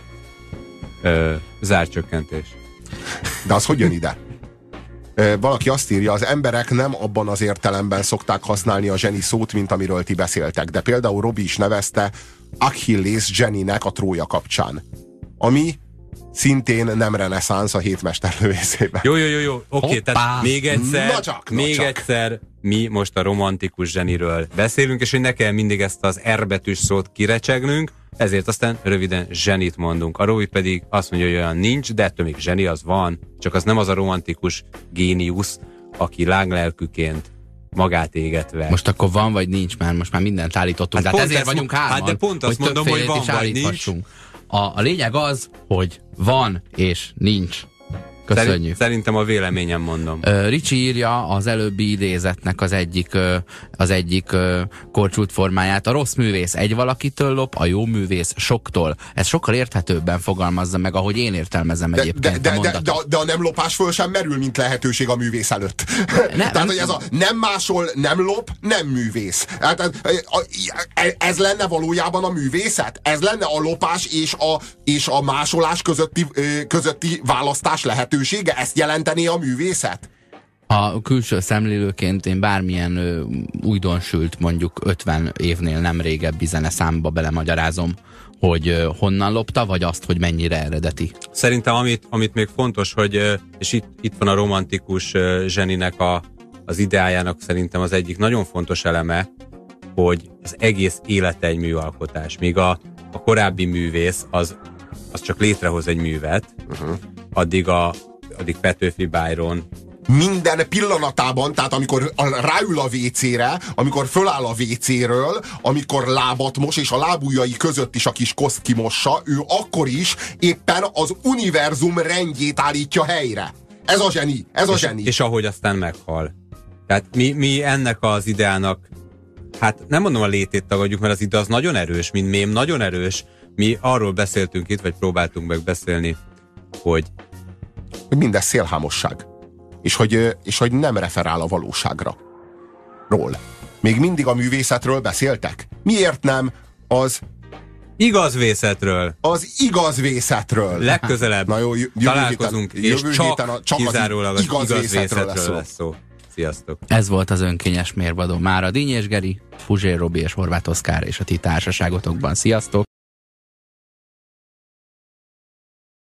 Zárcsökkentés. De az hogy jön ide? Valaki azt írja, az emberek nem abban az értelemben szokták használni a zseni szót, mint amiről ti beszéltek, de például Robi is nevezte Achilles zseninek a Trója kapcsán. Ami szintén nem reneszánsz a Hét mesterlövészében. Jó. Oké, tehát még egyszer mi most a romantikus zseniről beszélünk, és hogy ne kell mindig ezt az R betűs szót kirecsegnünk, ezért aztán röviden zsenit mondunk. A Robi pedig azt mondja, hogy olyan nincs, de ettől még zseni az van, csak az nem az a romantikus géniusz, aki lánglelkűként magát égetve. Most akkor van vagy nincs, mert most már mindent állítottunk. Hát tehát ezért vagyunk hárman. Hát de pont azt mondom, hogy van vagy nincs. A lényeg az, hogy van és nincs. Köszönjük. Szerintem a véleményem mondom. Ricsi írja az előbbi idézetnek az egyik korcsult formáját. A rossz művész egy valakitől lop, a jó művész soktól. Ez sokkal érthetőbben fogalmazza meg, ahogy én értelmezem egyébként a mondatot. De a nem lopás föl sem merül, mint lehetőség a művész előtt. Tehát, hogy ez a nem másol, nem lop, nem művész. Ez lenne valójában a művészet? Ez lenne a lopás és a másolás közötti választás lehetősége? Ezt jelentené a művészet? A külső szemlélőként én bármilyen újdonsült, mondjuk 50 évnél nem régebbi zeneszámba belemagyarázom, hogy honnan lopta, vagy azt, hogy mennyire eredeti. Szerintem amit még fontos, hogy és itt van a romantikus zseninek az ideájának szerintem az egyik nagyon fontos eleme, hogy az egész élete egy műalkotás. Míg a korábbi művész az csak létrehoz egy művet, addig Petőfi Byron minden pillanatában, tehát amikor ráül a WC-re, amikor föláll a WC-ről, amikor lábat mos, és a lábujjai között is a kis koszt kimossa, ő akkor is éppen az univerzum rendjét állítja helyre. Ez a zseni, ez a zseni. És ahogy aztán meghal. Tehát mi ennek az ideának hát nem mondom a létét tagadjuk, mert az ide az nagyon erős, mint mém, nagyon erős. Mi arról beszéltünk itt, vagy próbáltunk meg beszélni, hogy mindez szélhámosság. És hogy nem referál a valóságra. Még mindig a művészetről beszéltek? Miért nem az igazvészetről? Az igazvészetről. Legközelebb na jó, találkozunk, és csak kizárólag az igazvészetről lesz szó. Sziasztok! Ez volt az önkényes mérvadó. Mára Díny és Geri, Puzsér Robi és Horváth Oszkár és a ti társaságotokban. Sziasztok!